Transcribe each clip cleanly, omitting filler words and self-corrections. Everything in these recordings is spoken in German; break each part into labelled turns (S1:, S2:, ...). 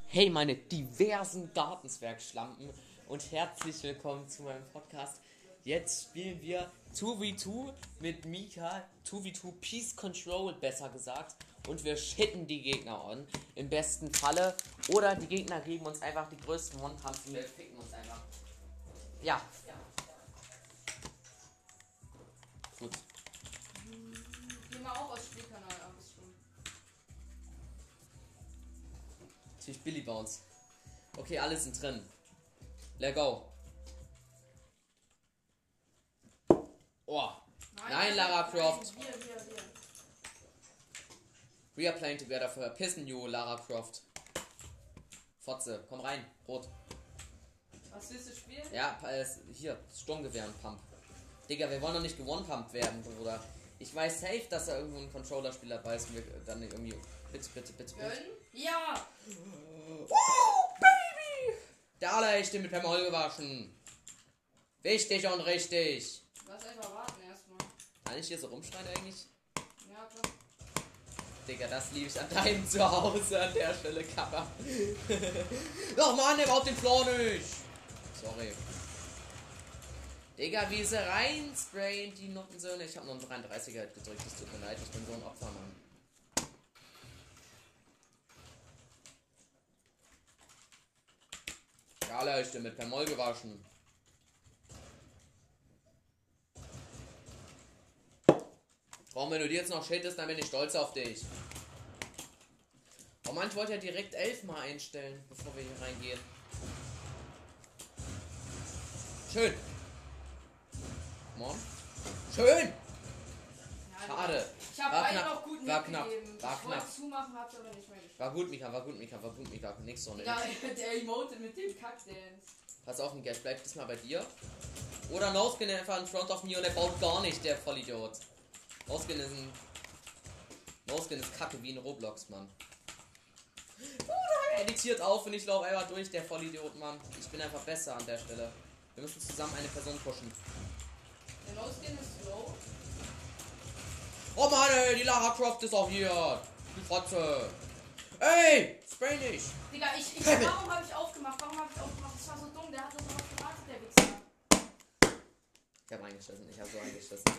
S1: Hey meine diversen Gartenzwergschlampen und herzlich willkommen zu meinem Podcast. Jetzt spielen wir 2v2 mit Mika, 2v2 Peace Control besser gesagt, und wir shitten die Gegner an, im besten Falle, oder die Gegner geben uns einfach die größten One-Pumps und wir ficken uns einfach. Ja. Gut.
S2: Geh mal auch aus Spielkanal ab, ist schon.
S1: Natürlich Billy Bounce. Okay, alle sind drin. Let go. Oh. Nein, Lara Croft.
S2: Wir.
S1: We are playing together for pissen you, Lara Croft. Fotze, komm rein. Rot.
S2: Was willst du spielen?
S1: Ja, hier, Sturmgewehr und Pump. Digga, wir wollen doch nicht gewone-pumpt werden, Bruder. Ich weiß safe, dass da irgendwo ein Controller-Spieler dabei ist und wir dann irgendwie... Bitte.
S2: Gönnen? Ja!
S1: Baby! Der Allerhechte mit Permol gewaschen. Wichtig und richtig.
S2: Lass einfach warten erstmal.
S1: Kann ich hier so rumschreien eigentlich?
S2: Ja, klar.
S1: Digga, das liebe ich an deinem Zuhause an der Stelle, Kappa. Doch Mann, der baut den Floor nicht. Sorry. Digga, wie sie reinsprayen, die Nottensöhne. Ich habe noch einen 33er gedrückt, das tut mir leid, ich bin so ein Opfer, Mann. Ja, Leute, mit Permol gewaschen. Warum, wenn du die jetzt noch shittest, dann bin ich stolz auf dich. Oh Mann, ich wollte ja direkt 11 mal einstellen, bevor wir hier reingehen. Schön. Come on. Schön.
S2: Ja,
S1: Schade.
S2: Ich habe
S1: War
S2: beide
S1: knapp,
S2: noch gut
S1: war knapp,
S2: mitgegeben.
S1: war
S2: Ich wollte
S1: knapp.
S2: zumachen, hab's aber nicht mehr geschafft.
S1: War gut, Mika. Nix so, ne?
S2: Ja, der Emote mit dem Kackdance.
S1: Pass auf, Mika, ich bleib diesmal bei dir. Oder No-Skin einfach in front of me und er baut gar nicht, der Vollidiot. No-Skin ist kacke wie in Roblox, Mann. Er editiert auf und ich laufe einfach durch, der Vollidiot, Mann. Ich bin einfach besser an der Stelle. Wir müssen zusammen eine Person pushen.
S2: Der No-Skin ist slow.
S1: Oh Mann, ey, die Lara Croft ist auch hier. Die Fotze. Ey, spray nicht.
S2: Digga, warum habe ich aufgemacht? Das war so dumm, der hat so drauf gewartet, der Wichser.
S1: Ich hab eingeschossen.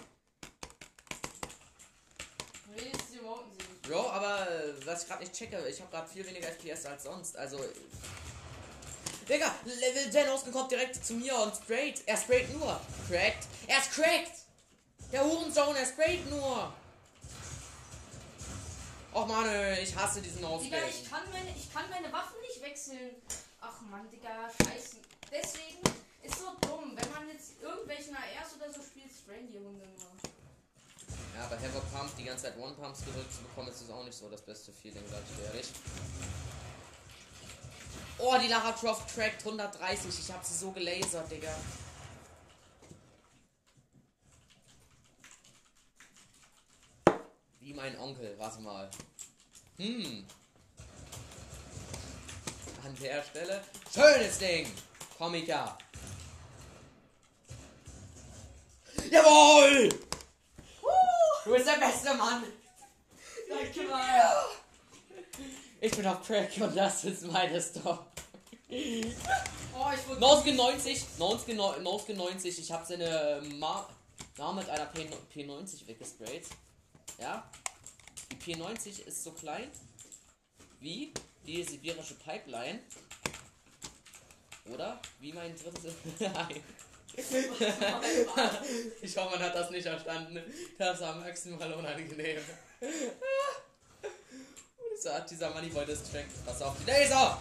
S2: Wenigstens die Emoten sind nicht.
S1: Bro, aber was ich gerade nicht checke, ich habe gerade viel weniger FPS als sonst. Also. Digga, Level 10 ausgekommen direkt zu mir und sprayt. Er sprayt nur. Cracked. Er ist cracked. Der Hurensohn, er sprayt nur. Och Mann, ich hasse diesen
S2: Digga,
S1: Ausweg.
S2: ich kann meine Waffen nicht wechseln. Ach Mann, Digga, scheiße. Deswegen ist so dumm, wenn man jetzt irgendwelchen ARs oder so spielt, sprayen die Hunde nur.
S1: Ja, bei Havoc Pump die ganze Zeit One-Pumps gedrückt zu bekommen, ist das auch nicht so das beste Feeling, sag ich dir ehrlich. Oh, die Lara Croft crackt 130. Ich hab sie so gelasert, Digga. Wie mein Onkel, warte mal. An der Stelle. Schönes Ding! Comica. Jawohl! Du bist der beste Mann!
S2: Danke mal.
S1: Ich bin auf Crack und das ist meine Story.
S2: Oh, ich wurde.
S1: Noskin 90, ich habe seine Name mit einer P90 weggesprayt. Ja? Die P90 ist so klein wie die sibirische Pipeline. Oder? Wie mein drittes. Nein. Ich hoffe, man hat das nicht verstanden. Das war maximal unangenehm. Dieser Moneyboy ist Track. Pass auf die Laser!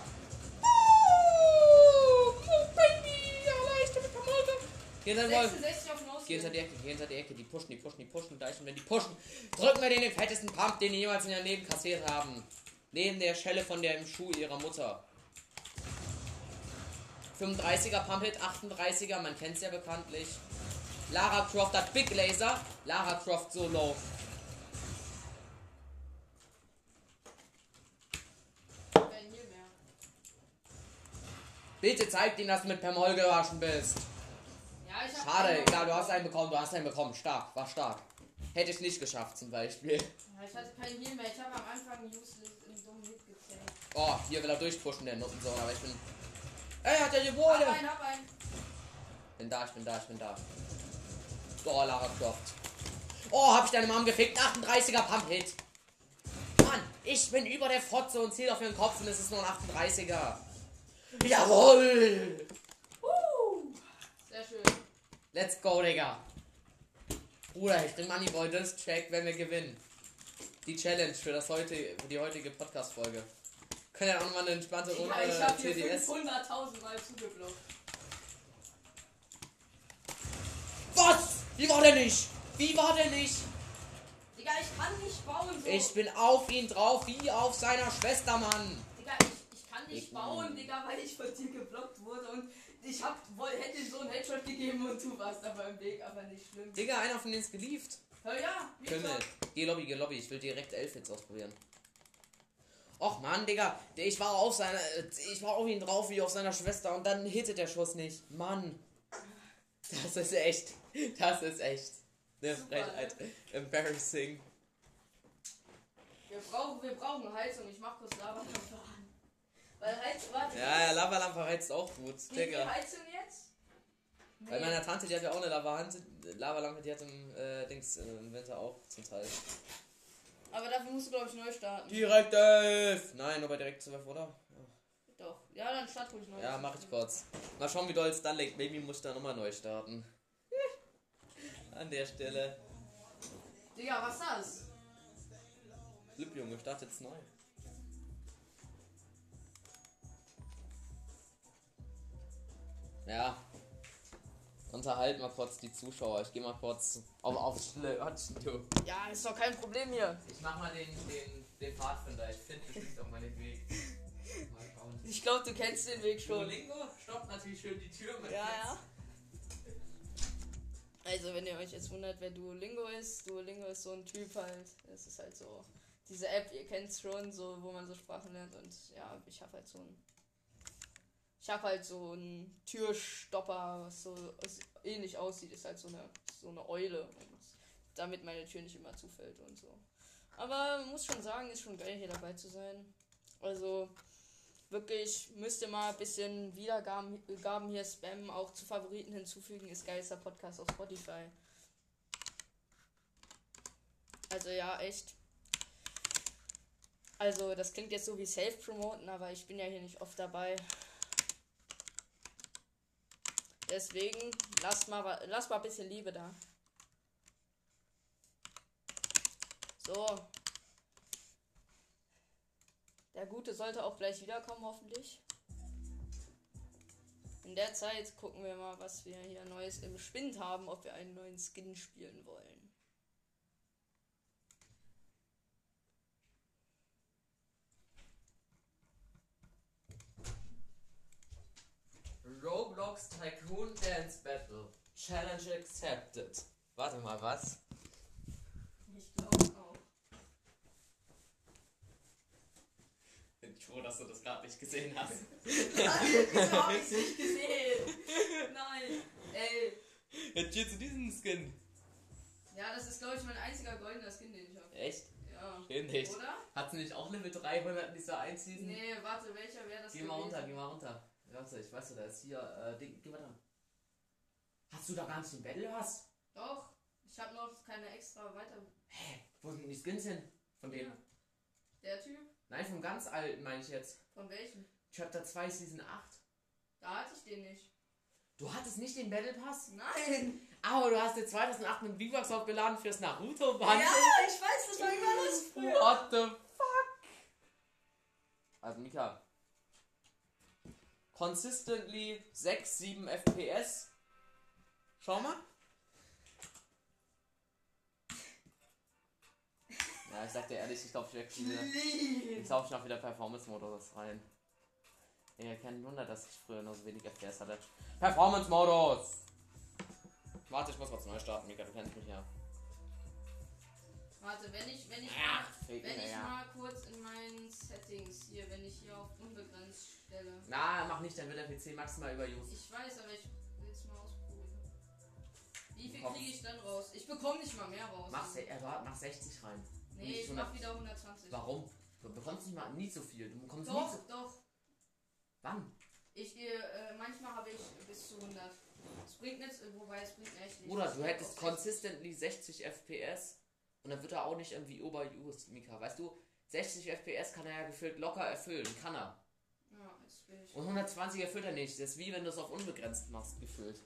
S1: Baby! Leichte mit Kamera! Geh hinter
S2: 66 auf No-Skin.
S1: Geh hinter die Ecke. Die pushen gleich. Und wenn die pushen, drücken wir den fettesten Pump, den die jemals in ihrem Leben kassiert haben. Neben der Schelle von der im Schuh ihrer Mutter. 35er Pump Hit, 38er, man kennt's ja bekanntlich. Lara Croft hat Big Laser. Lara Croft so low. Bitte zeig ihnen, dass du mit Permol gewaschen bist.
S2: Ja, ich hab
S1: Schade,
S2: einen
S1: egal, du hast einen bekommen. Stark, war stark. Hätte ich nicht geschafft zum Beispiel.
S2: Ja, ich hatte keinen Heal mehr. Ich habe am Anfang useless in dummen Hit gezählt.
S1: Oh, hier will er durchpushen, der Nuttenzone, aber ich bin... Ey, hat er die
S2: Hab
S1: Wohle!
S2: einen, hab einen.
S1: Ich bin da. Oh, Lara Croft. Oh, hab ich deine Mom gefickt. 38er Pump-Hit. Mann, ich bin über der Fotze und ziel auf ihren Kopf und es ist nur ein 38er. Jawohl!
S2: Sehr schön.
S1: Let's go, Digga. Bruder, ich bin Moneyboy, das check, wenn wir gewinnen. Die Challenge für die heutige Podcast-Folge. Können ja auch mal eine entspannte Runde
S2: Ich hab hier
S1: TDS.
S2: 500.000 Mal zugeblockt.
S1: Was? Wie war der nicht?
S2: Digga, ich kann nicht bauen so.
S1: Ich bin auf ihn drauf, wie auf seiner Schwester, Mann.
S2: Digga, ich kann nicht bauen, Digga, weil ich von dir geblockt wurde und ich hätte so einen Headshot gegeben und du warst aber im Weg, aber nicht schlimm.
S1: Digga, einer von denen ist gelieft.
S2: Ja, wie
S1: Kümmel.
S2: gesagt.
S1: Geh Lobby. Ich will direkt 11 Hits ausprobieren. Och Mann, Digga. Ich war auf ihn drauf wie auf seiner Schwester und dann hittet der Schuss nicht. Mann. Das ist echt. Eine Frechheit. Embarrassing.
S2: Wir brauchen Heizung. Ich mach kurz Lavalampe an. Weil warte.
S1: Ja, Lavalampe heizt auch gut.
S2: Geht die
S1: Digga.
S2: Heizung jetzt? Nee.
S1: Bei meiner Tante, die hat ja auch eine Lavalampe, die hat im Winter auch zum Teil.
S2: Aber dafür musst du, glaube ich, neu starten.
S1: Direkt 11! Nein, nur bei direkt 12, oder?
S2: Doch. Ja, dann start ruhig neu.
S1: Ja, mach ich kurz. Mal schauen, wie doll es dann legt. Maybe muss ich da nochmal neu starten. An der Stelle.
S2: Digga, was ist das?
S1: Flip, Junge, start jetzt neu. Ja. Unterhalt mal kurz die Zuschauer. Ich geh mal kurz aufs Schlötchen.
S2: Ja, ist doch kein Problem hier.
S1: Ich mach mal den Pfadfinder. Ich finde bestimmt auch meinen Weg. Mal schauen.
S2: Ich glaube, du kennst den Weg schon.
S1: Duolingo stoppt natürlich schön die Tür.
S2: Ja. Also, wenn ihr euch jetzt wundert, wer Duolingo ist so ein Typ halt. Es ist halt so diese App, ihr kennt's schon, so wo man so Sprachen lernt und ja, ich habe halt so einen Türstopper, was so ähnlich aussieht, ist halt so eine Eule und damit meine Tür nicht immer zufällt und so. Aber muss schon sagen, ist schon geil hier dabei zu sein. Also wirklich, müsst ihr mal ein bisschen Wiedergaben hier spammen, auch zu Favoriten hinzufügen, ist geilster Podcast auf Spotify. Also ja, echt. Also das klingt jetzt so wie Self-Promoten, aber ich bin ja hier nicht oft dabei. Deswegen, lasst mal ein bisschen Liebe da. So. Der Gute sollte auch gleich wiederkommen, hoffentlich. In der Zeit gucken wir mal, was wir hier Neues im Spind haben, ob wir einen neuen Skin spielen wollen.
S1: Roblox Tycoon Dance Battle. Challenge accepted. Warte mal, was?
S2: Ich glaube auch.
S1: Bin ich froh, dass du das gerade nicht gesehen hast.
S2: Nein, hab ich nicht gesehen. Nein. Ey.
S1: Jetzt hier zu diesem Skin.
S2: Ja, das ist, glaube ich, mein einziger goldener Skin, den ich habe.
S1: Echt?
S2: Ja.
S1: Schön nicht.
S2: Oder?
S1: Hat sie nicht auch Level 300 in dieser Einseason?
S2: Nee, warte, welcher wäre das?
S1: Geh mal runter. Warte, ich weiß, da ist hier, geh mal da. Hast du da gar nicht den Battle Pass?
S2: Doch. Ich habe noch keine extra weiter.
S1: Hä? Wo sind die Skins hin? Von dem?
S2: Ja. Der Typ?
S1: Nein, vom ganz alten meine ich jetzt.
S2: Von welchem?
S1: Chapter 2 Season 8.
S2: Da hatte ich den nicht.
S1: Du hattest nicht den Battle Pass?
S2: Nein!
S1: Aber du hast den 2008 mit V-Bucks aufgeladen fürs Naruto-Band.
S2: Ja, ich weiß, das war immer das früher.
S1: What the fuck? Also Mika. Consistently 6, 7 FPS. Schau mal. Ja, ich sag dir ehrlich, ich glaube, ich laufe noch wieder Performance-Modus rein. Ja, kein Wunder, dass ich früher nur so wenig FPS hatte. Performance-Modus! Warte, ich muss kurz neu starten, Mika, du kennst mich ja.
S2: Warte, wenn ich mal kurz in meinen Settings hier, wenn ich hier auf unbegrenzt stelle.
S1: Na, mach nicht, dann wird der PC maximal überused.
S2: Ich weiß, aber ich will es mal ausprobieren. Wie viel kriege ich dann raus? Ich bekomme nicht mal mehr raus.
S1: Mach 60 rein.
S2: Nee, ich mach wieder 120.
S1: Warum? Du bekommst nicht mal nie so viel. Du bekommst
S2: Doch.
S1: Wann?
S2: Ich gehe, manchmal habe ich bis zu 100. Es bringt nichts, wobei es bringt echt nichts.
S1: Oder du hättest consistently 60 FPS und dann wird er auch nicht irgendwie overused, Mika. Weißt du, 60 FPS kann er ja gefühlt locker erfüllen. Kann er.
S2: Ja, jetzt will ich.
S1: Und 120 erfüllt er nicht. Das ist wie wenn du es auf unbegrenzt machst, gefühlt.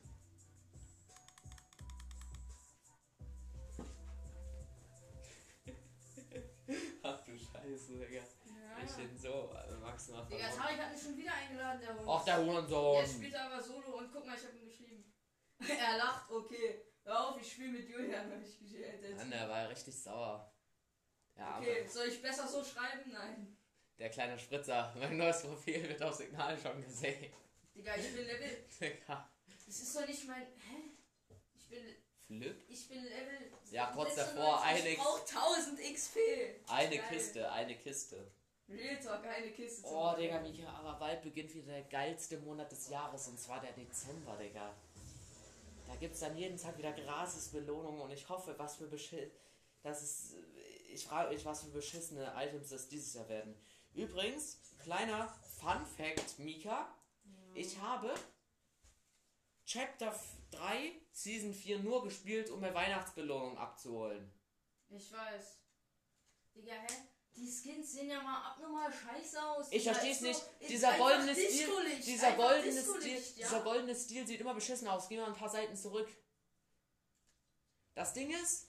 S1: Ach du Scheiße, Digga.
S2: Ja.
S1: Ich bin so maximal
S2: Digga, Tarek hat mich schon wieder eingeladen, der Hund.
S1: Ach, der Hurensohn.
S2: Der spielt aber Solo und guck mal, ich hab ihm geschrieben. Er lacht, okay. Hör auf, ich spiele mit Julian, hab ich geschrieben.
S1: Mann, der war ja richtig sauer. Ja,
S2: okay, soll ich besser so schreiben? Nein.
S1: Der kleine Spritzer. Mein neues Profil wird auf Signal schon gesehen.
S2: Digga, ich bin Level.
S1: Digga.
S2: Das ist doch nicht mein. Hä? Ich bin Level.
S1: Ja, kurz davor,
S2: ich brauch 1000 XP.
S1: Eine
S2: Geil.
S1: Kiste.
S2: Real Talk, eine Kiste.
S1: Oh, Digga, Mika, aber bald beginnt wieder der geilste Monat des Jahres, und zwar der Dezember, Digga. Da gibt's dann jeden Tag wieder Gratis-Belohnungen und ich hoffe, ich frage mich, was für beschissene Items das dieses Jahr werden. Übrigens, kleiner Fun-Fact, Mika. Ja. Ich habe Chapter 3, Season 4 nur gespielt, um mir Weihnachtsbelohnungen abzuholen.
S2: Ich weiß. Digga, hä? Die Skins sehen ja mal abnormal scheiße aus.
S1: Ich versteh's nicht.
S2: So,
S1: dieser goldene
S2: Stil,
S1: dieser goldene Stil sieht immer beschissen aus. Geh mal ein paar Seiten zurück. Das Ding ist,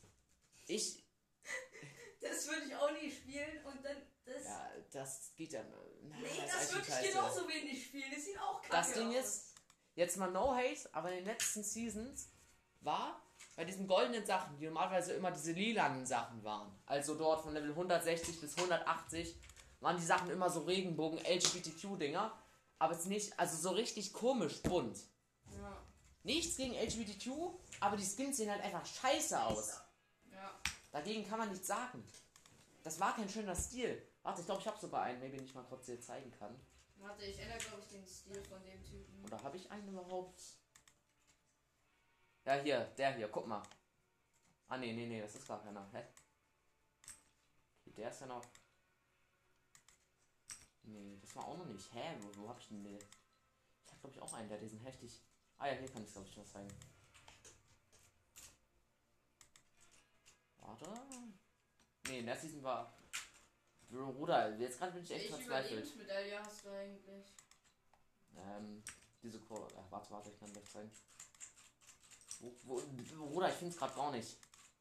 S2: das würde ich auch nie spielen und dann das.
S1: Ja, das geht ja.
S2: Nee, das würde ich genauso wenig spielen. Das sieht auch kacke aus.
S1: Das Ding ist, jetzt mal no hate, aber in den letzten Seasons war bei diesen goldenen Sachen, die normalerweise immer diese lilanen Sachen waren, also dort von Level 160 bis 180, waren die Sachen immer so Regenbogen, LGBTQ-Dinger, aber es nicht, also so richtig komisch bunt.
S2: Ja.
S1: Nichts gegen LGBTQ, aber die Skins sehen halt einfach scheiße aus.
S2: Ja.
S1: Dagegen kann man nichts sagen. Das war kein schöner Stil. Warte, ich glaube, ich habe sogar einen, maybe ich mal kurz dir zeigen kann.
S2: Warte, ich ändere, glaube ich, den Stil von dem Typen.
S1: Oder habe ich einen überhaupt? Ja, hier, der hier, guck mal. Ah, nee, das ist gar keiner. Hä? Okay, der ist ja noch. Nee, das war auch noch nicht. Hä? Wo hab ich denn den? Ich hab, glaube ich, auch einen, der diesen heftig. Ah ja, hier kann ich, glaube ich, was zeigen. Warte. Nee, in der Season war. Bruder, jetzt gerade bin ich echt verzweifelt.
S2: Welche Überlebensmedaille hast du eigentlich?
S1: Diese Kohle. Warte, ich kann gleich zeigen. Bruder, ich finde es gerade gar nicht.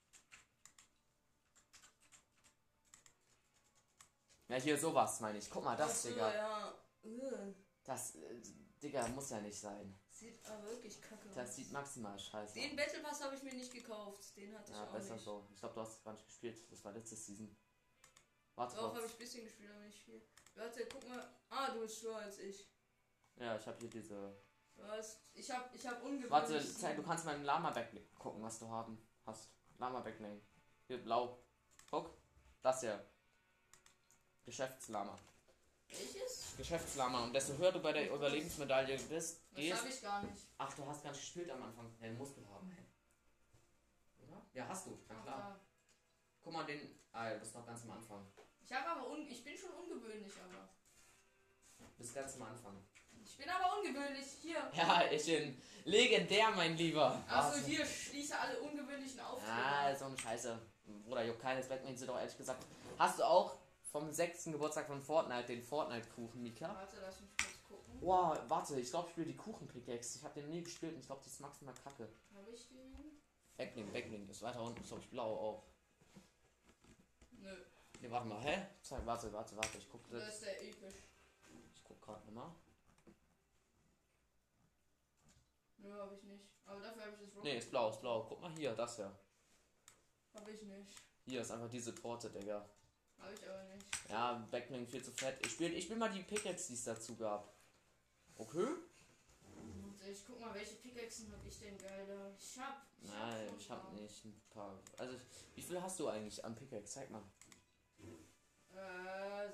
S1: Ja, hier sowas meine ich. Guck mal, das, Digga.
S2: Ja.
S1: Das, Digga, muss ja nicht sein.
S2: Sieht aber wirklich kacke aus.
S1: Das sieht maximal scheiße aus.
S2: Den Battle Pass habe ich mir nicht gekauft. Den hatte ich auch
S1: besser
S2: nicht.
S1: so. Ich glaube, du hast es gar nicht gespielt. Das war letzte Season. Warte,
S2: doch, habe ich ein bisschen gespielt, aber nicht viel. Warte, guck mal. Ah, du bist schwer als ich.
S1: Ja, ich habe hier diese.
S2: Was? Ich hab ungewöhnlich.
S1: Warte, du kannst meinen Lama-Backlink gucken, was du hast. Lama-Backlink. Hier, blau. Guck. Das hier. Geschäftslama.
S2: Welches?
S1: Geschäftslama. Und desto höher du bei der Überlebensmedaille bist,
S2: das habe ich gar nicht.
S1: Ach, du hast gar nicht gespielt am Anfang. Ja, musst du haben. Oder? Ja, hast du. Na klar.
S2: Ja.
S1: Guck mal, du bist noch ganz am Anfang.
S2: Ich bin schon ungewöhnlich, aber.
S1: Bist ganz am Anfang.
S2: Ich bin aber ungewöhnlich. Hier.
S1: Ja, ich bin legendär, mein Lieber.
S2: Achso, hier schließe alle ungewöhnlichen Aufträge.
S1: Ah, so eine Scheiße. Bruder, juckt keines Backman, sind doch ehrlich gesagt. Hast du auch vom 6. Geburtstag von Fortnite den Fortnite-Kuchen, Mika?
S2: Warte, lass mich kurz gucken.
S1: Wow, warte, ich glaube, ich spiele die Kuchen-Pickaxe. Ich habe den nie gespielt und ich glaube, die ist maximal kacke.
S2: Habe ich den?
S1: Backlink ist weiter unten, ist glaube ich blau auch.
S2: Nö.
S1: Ne, warte mal, hä? Warte, ich guck das.
S2: Das ist der episch.
S1: Ich guck gerade nochmal.
S2: Nö, habe ich nicht. Aber dafür habe ich das Rocket.
S1: Ne, ist blau. Guck mal hier, das ja.
S2: Habe ich nicht.
S1: Hier ist einfach diese Torte, Digga.
S2: Habe ich aber nicht.
S1: Ja, Backlink viel zu fett. Ich spiel mal die Pickaxe, die es dazu gab. Okay?
S2: Und ich guck mal, welche Pickaxen habe ich denn geil?
S1: Nein, ich hab nicht ein paar. Also, wie viel hast du eigentlich an Pickaxe? Zeig mal.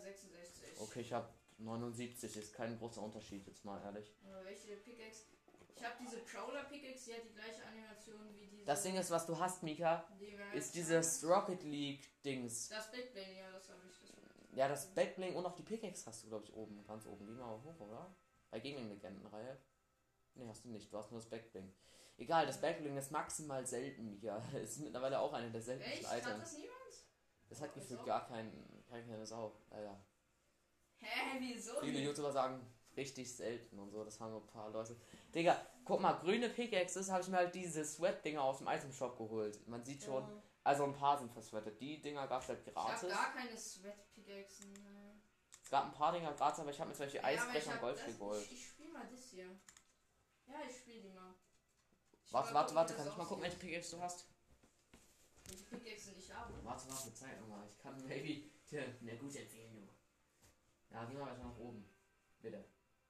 S2: 66.
S1: Okay, ich hab 79, ist kein großer Unterschied, jetzt mal ehrlich.
S2: Welche Pickaxe? Ich habe diese Prowler Pickaxe, die hat die gleiche Animation wie diese.
S1: Das Ding ist, was du hast, Mika, ist dieses Rocket League Dings.
S2: Das Backbling, ja, das habe ich.
S1: Ja, das Backbling und auch die Pickaxe hast du, glaube ich, oben, ganz oben. Geh mal hoch, oder? Bei Gaming-Legenden-Reihe. Ne, hast du nicht, du hast nur das Backbling. Egal, das Backbling ist maximal selten, Mika. Ist mittlerweile auch eine der seltensten
S2: Echt?
S1: Items.
S2: Hat das niemand?
S1: Das hat gefühlt gar keine Sau, Alter.
S2: Hä, wieso?
S1: Viele YouTuber sagen, richtig selten und so, das haben nur ein paar Leute. Digga, guck mal, grüne Pickaxes habe ich mir halt diese Sweat-Dinger aus dem Item Shop geholt. Man sieht schon, also ein paar sind versweatet. Die Dinger gab es halt gratis.
S2: Ich habe gar keine Sweat-Pickaxen.
S1: Es gab ein paar Dinger gratis, aber ich habe mir zum Beispiel Eisbrecher und Gold geholt.
S2: Ich spiele mal das hier. Ja, ich spiele die mal.
S1: Warte, kann ich mal gucken, welche Pickaxe du hast?
S2: Welche Pickaxe ich habe?
S1: Warte, zeig nochmal. Ich kann maybe dir eine gute Empfehlung. Ja, geh mal weiter nach oben. Bitte.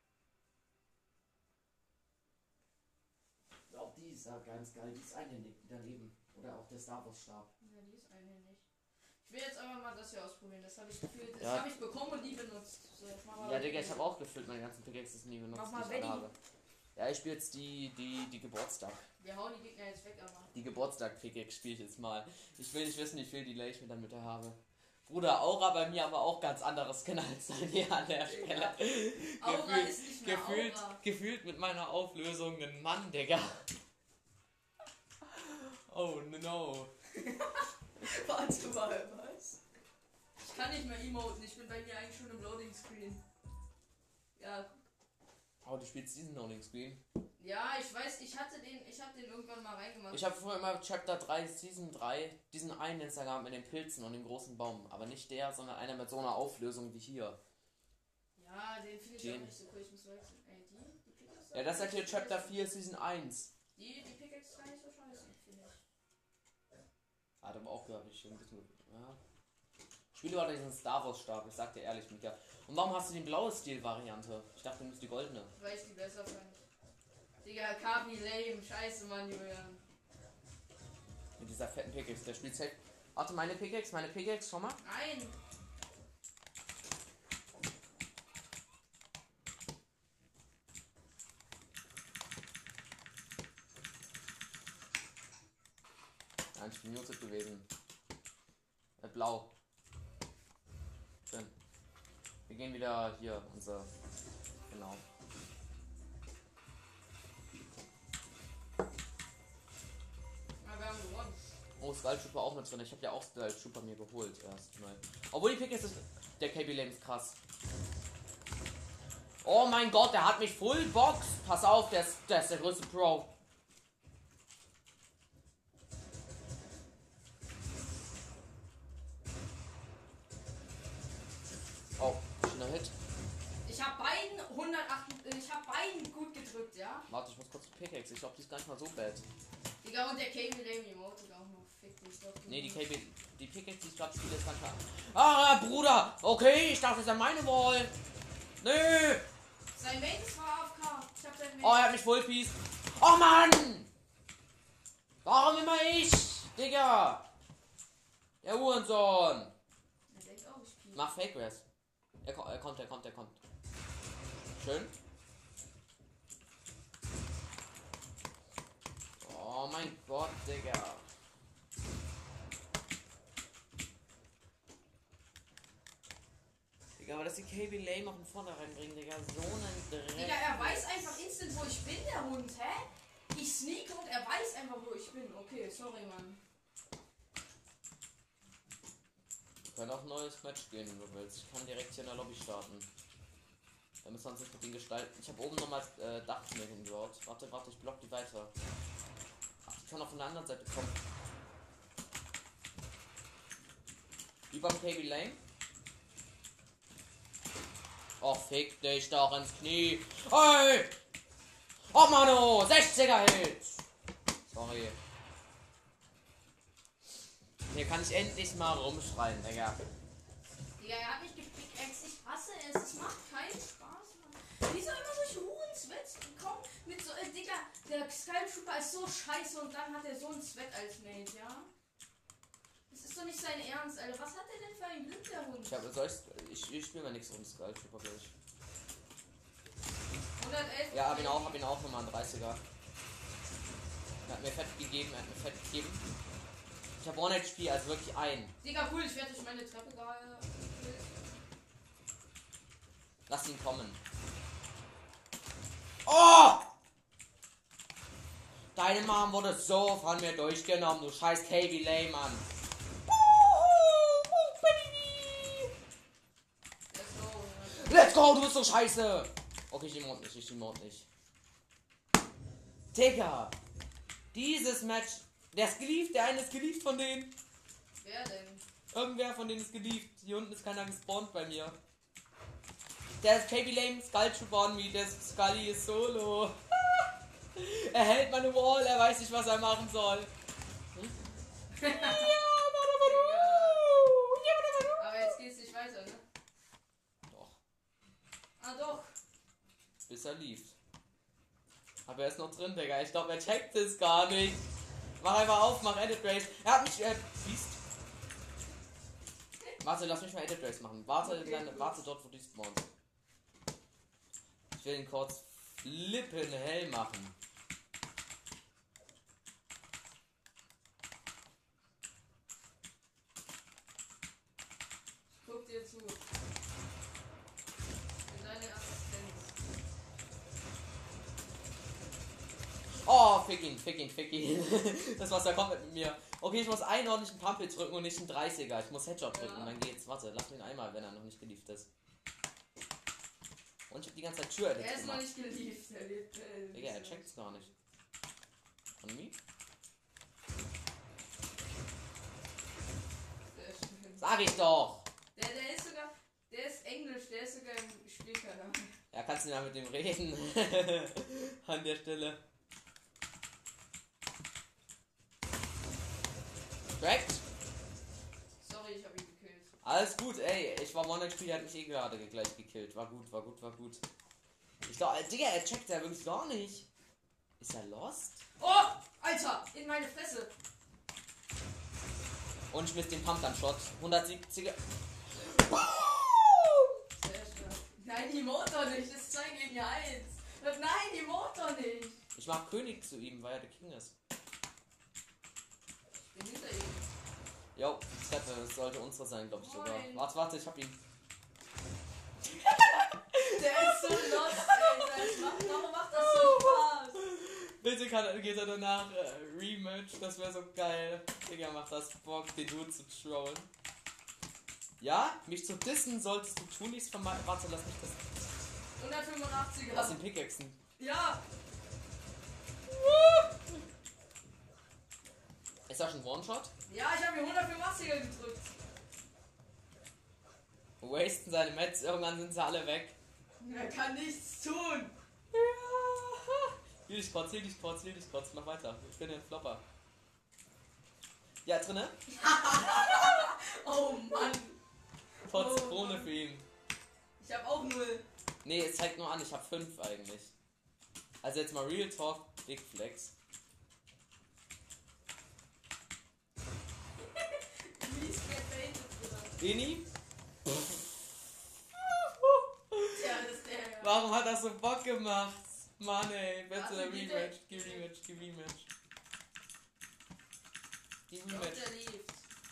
S1: Auch die ist ja ganz geil. Die ist einhändig daneben. Oder auch der Star Wars Stab.
S2: Ja, die ist einhändig. Ich will jetzt einfach mal das hier ausprobieren. Das habe ich gefühlt. Das
S1: Ja.
S2: habe ich bekommen und nie benutzt. So,
S1: Ja, Digga, ich habe auch gefühlt meine ganzen Pickaxes nie benutzt.
S2: Mach mal
S1: die ich alle habe. Ja, ich spiele jetzt die Geburtstag.
S2: Wir hauen die Gegner jetzt weg, aber.
S1: Die Geburtstag-Pickaxe spiele ich jetzt mal. Ich will nicht wissen, wie viel Delay ich mir damit habe. Bruder, Aura bei mir aber auch ganz anderes Skin als bei dir an der Stelle.
S2: Ja. Aura ist nicht mehr Aura.
S1: Gefühlt mit meiner Auflösung ein Mann, Digga. Oh no.
S2: Warte mal, was? Ich kann nicht mehr emoten, ich bin bei mir eigentlich schon im Loading Screen. Ja.
S1: Oh, du spielst diesen Loading Screen?
S2: Ja, ich weiß, ich hab den irgendwann mal reingemacht.
S1: Ich habe vorher immer Chapter 3, Season 3, diesen einen Instagram mit den Pilzen und dem großen Baum. Aber nicht der, sondern einer mit so einer Auflösung wie hier.
S2: Ja, den finde ich auch nicht so cool, ich muss wechseln. Ey, die Pickaxe.
S1: Ja, das ist hier Chapter 4, Season 1.
S2: Die Pickaxe ist gar nicht so scheiße, finde ich.
S1: Hat aber auch gehört, ich ein bisschen. Ja. Spiele aber diesen Star Wars Stab, ich sag dir ehrlich, Mika. Und warum hast du die blaue Stil-Variante? Ich dachte, du nimmst die goldene.
S2: Weil ich die besser fand. Digga, Kapi lame, scheiße, Mann, Julian.
S1: Mit dieser fetten Pickaxe, der spielt safe. Warte, meine Pickaxe, schau mal.
S2: Nein!
S1: Nein, ich bin muted gewesen. Blau. Schön. Wir gehen wieder hier, unser. Genau.
S2: Aber wir haben gewonnen.
S1: Oh, Skull Trooper auch mit drin. Ich habe ja auch Skull Trooper mir geholt erst mal. Obwohl die Pickaxe ist. Der KB Lane ist krass. Oh mein Gott, der hat mich Full Box. Pass auf, der ist der größte Pro. Oh, schöner Hit.
S2: Ich habe beiden 108. Ich habe beiden gut gedrückt, ja?
S1: Warte, ich muss kurz die Pickaxe. Ich glaube, die ist gar nicht mal so bad.
S2: Digga, und der KB Lame Emote auch noch. Fick dich doch.
S1: Nee, die Pickaxe, die ich gerade spiele, ist ganz klar. Ah, Bruder! Okay, ich dachte, das ist meine Wall. Nö!
S2: Sein Mate ist AFK. Ich hab sein Mate.
S1: Oh, er hat mich Full Piece. Oh Mann! Warum immer ich? Digga! Der Hurensohn!
S2: Er denkt auch, ich piep.
S1: Mach Fake Rest. Er kommt. Schön. Oh mein Gott, Digga. Digga, aber dass die KB Lane noch in vorne reinbringen, Digga. So einen Dreck.
S2: Digga, er weiß einfach instant, wo ich bin, der Hund, hä? Ich sneak und er weiß einfach, wo ich bin. Okay, sorry, Mann.
S1: Wir können auch ein neues Match gehen, wenn du willst. Ich kann direkt hier in der Lobby starten. Da müssen wir uns nicht mit den gestalten. Ich habe oben nochmal Dach mir hingebaut. Warte, ich block die weiter. Ach, die kann auch von der anderen Seite kommen. Über dem KB Lane. Oh, fick dich doch ins Knie. Hey! Oh, Mano! 60er Hit! Sorry. Hier kann ich endlich mal rumschreien, Digga.
S2: Digga, er hat mich gepickaxt. Ich hasse es. Es macht keinen Spaß, Mann. Wieso immer solche Huren-Sweats kommen mit so. Digga, der Skull Trooper ist so scheiße und dann hat er so einen Sweat als Mate, ja? Das ist doch nicht sein Ernst, Alter. Was hat er denn für ein Glück, der Hund?
S1: Ich spiele mal nichts um Skull Trooper, glaube ich.
S2: 111
S1: Ja, hab ihn auch nochmal einen 30er. Er hat mir Fett gegeben, Ich habe One HP, also wirklich ein.
S2: Digga, cool, ich werde durch meine Treppe gerade.
S1: Lass ihn kommen. Oh! Deine Mom wurde so von mir durchgenommen, du scheiß KB Lay, Mann. Let's go, du bist so scheiße. Okay, ich emote nicht. Digga. Dieses Match. Der ist geliebt, der eine ist geliebt von denen.
S2: Wer denn?
S1: Irgendwer von denen ist geliebt. Hier unten ist keiner gespawnt bei mir. Der ist KB Lame, Skull Trooper on me, der Scully ist solo. Er hält meine Wall, er weiß nicht, was er machen soll.
S2: Aber jetzt geht's nicht weiter, ne?
S1: Doch.
S2: Ah, doch.
S1: Bis er lief. Aber er ist noch drin, Digga. Ich glaube, er checkt es gar nicht. Mach einfach auf, mach Edit Race. Er hat mich, Beast. Warte, lass mich mal Edit Race machen. Warte,
S2: Okay,
S1: dann, warte dort, wo du spawnst. Ich will ihn kurz flippen hell machen.
S2: Guck dir zu. Für deine Assistenz.
S1: Oh, fick ihn. Das Wasser kommt mit mir. Okay, ich muss einen ordentlichen Pumpel drücken und nicht einen 30er. Ich muss Headshot drücken, dann geht's. Warte, lass mich einmal, wenn er noch nicht gelieft ist. Und ich hab die ganze Zeit Tür
S2: Er ist noch nicht geliebt, er lebt.
S1: Digga, er checkt's gar nicht. On me?
S2: Sehr schön.
S1: Sag ich doch!
S2: Der ist Englisch, der ist sogar im Spielkanal.
S1: Ja, kannst du ja mit dem reden. An der Stelle. Correct?
S2: Sorry, ich hab ihn gekillt.
S1: Alles gut, ey. Ich war One-HP, der hat mich gerade gleich gekillt. War gut. Ich glaube, Digga, er checkt ja wirklich gar nicht. Ist er lost?
S2: Oh! Alter! In meine Fresse!
S1: Und ich miss den Pumpgun-Shot. 170er.
S2: Sehr schön. Nein, die Motor nicht, das ist 2 gegen 1. Nein, die Motor nicht.
S1: Ich mach König zu ihm, weil er der King ist.
S2: Ich bin hinter ihm.
S1: Jo, die Treppe, das sollte unsere sein, glaube ich sogar.
S2: Moin.
S1: Warte, ich hab ihn.
S2: Der ist so lost, ey. Warum macht das so Spaß?
S1: Bitte geht er danach Rematch, das wäre so geil. Digga, macht das Bock, den Dude zu trollen. Ja, mich zu dissen solltest du tun, nichts von meinem. Warte, lass mich das.
S2: 185er.
S1: Lass ihn pickaxen.
S2: Ja.
S1: Ist das schon One-Shot?
S2: Ja, ich habe mir 185er gedrückt.
S1: Wasten seine Mets, irgendwann sind sie alle weg.
S2: Er kann nichts tun.
S1: Heal dich kurz, mach weiter. Ich bin ein Flopper. Ja, drinne?
S2: Oh Mann.
S1: Trotz
S2: Oh
S1: Krone
S2: Mann.
S1: für ihn.
S2: Ich habe auch 0.
S1: Nee, es zeigt nur an, ich habe 5 eigentlich. Also jetzt mal Real Talk, Big Flex. Eni?
S2: Tja, das ist der. Ja.
S1: Warum hat das so Bock gemacht? Mann ey, bitte
S2: Warte,
S1: Rematch,
S2: bitte.
S1: gib Rematch. Die
S2: Ich glaube,
S1: Rematch.
S2: der lebt.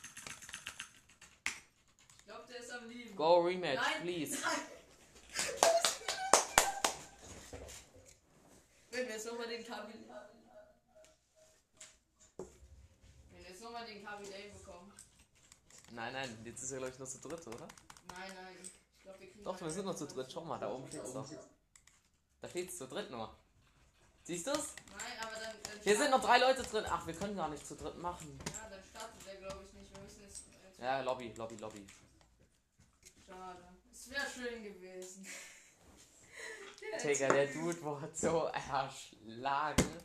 S2: Ich glaube, der ist am Leben.
S1: Go Rematch,
S2: Nein.
S1: please.
S2: Nein. Wenn wir jetzt nochmal den KBD bekommen.
S1: Nein, jetzt ist er glaube ich noch zu dritt, oder?
S2: Nein. Ich glaube, wir kriegen.
S1: Doch, wir sind noch zu dritt. Schau mal, da oben steht's doch. Da steht's zu dritt nur. Siehst du's?
S2: Nein, aber dann
S1: Hier sind noch 3 Leute drin. Ach, wir können gar nicht zu dritt machen.
S2: Ja, dann startet der glaube ich nicht. Wir müssen jetzt.
S1: Ja, Lobby.
S2: Schade. Es wäre schön gewesen.
S1: Digga, der Dude wurde so erschlagen.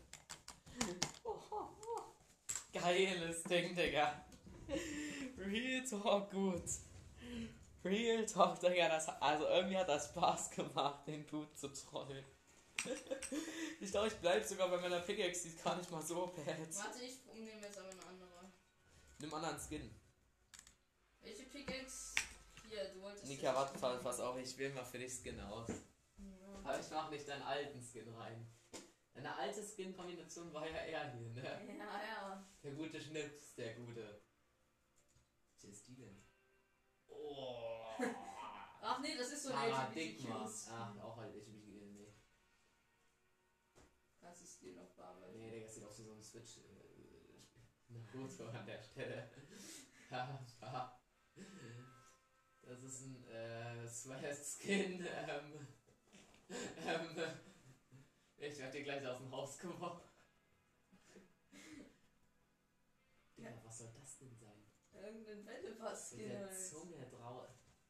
S1: Geiles Ding, Digga. Real Talk gut. Real Talk, Digga, also irgendwie hat das Spaß gemacht, den Dude zu trollen. Ich glaube, ich bleib sogar bei meiner Pickaxe, die ist gar nicht mal so bad.
S2: Warte, ich nehme jetzt aber eine andere.
S1: Nimm einen anderen Skin.
S2: Welche Pickaxe? Hier, du wolltest.
S1: Nika, warte, pass auf, ich wähle mal für dich Skin aus.
S2: Ja.
S1: Aber ich mach nicht deinen alten Skin rein. Deine alte Skin-Kombination war ja eher hier, ne?
S2: Ja.
S1: Der gute Schnips, der gute. Was ist die denn? Oh.
S2: Ach nee, das ist so ein
S1: Paradigma. Ach, auch halt LGBTQ, nee.
S2: Das ist dir noch bearbeitet.
S1: Nee, Digga, das sieht aus wie so ein Switch. Naruto an der Stelle. Das ist ein Swag-Skin. Ich werde dir gleich aus dem Haus geworfen. Digga, was soll das denn sein?
S2: Irgendein Bällepass-Skin
S1: Mit der
S2: halt.
S1: Zunge drauf.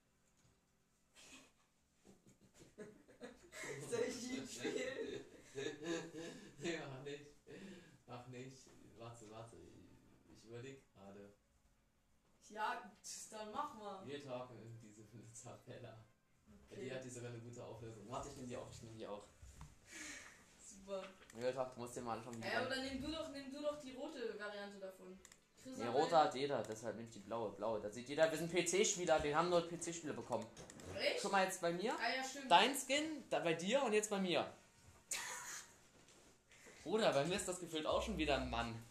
S2: Soll ich ihn spielen?
S1: Nee, mach nicht. Mach nicht. Warte. Ich überleg gerade.
S2: Ja, dann mach mal.
S1: Wir talken in diese Blitzabella.
S2: Okay.
S1: Die hat die sogar eine gute Auflösung. Warte, ich nehme die auch.
S2: Super.
S1: Real Talk, du musst dir mal anschauen.
S2: Ja, oder nimm du doch die rote Variante davon.
S1: Die rote hat jeder, deshalb nimmt die blaue. Da sieht jeder, wir sind PC-Spieler, wir haben nur PC-Spiele bekommen.
S2: Echt?
S1: Schon mal jetzt bei mir.
S2: Ah ja, stimmt.
S1: Dein Skin, da bei dir und jetzt bei mir. Bruder, bei mir ist das gefühlt auch schon wieder ein Mann.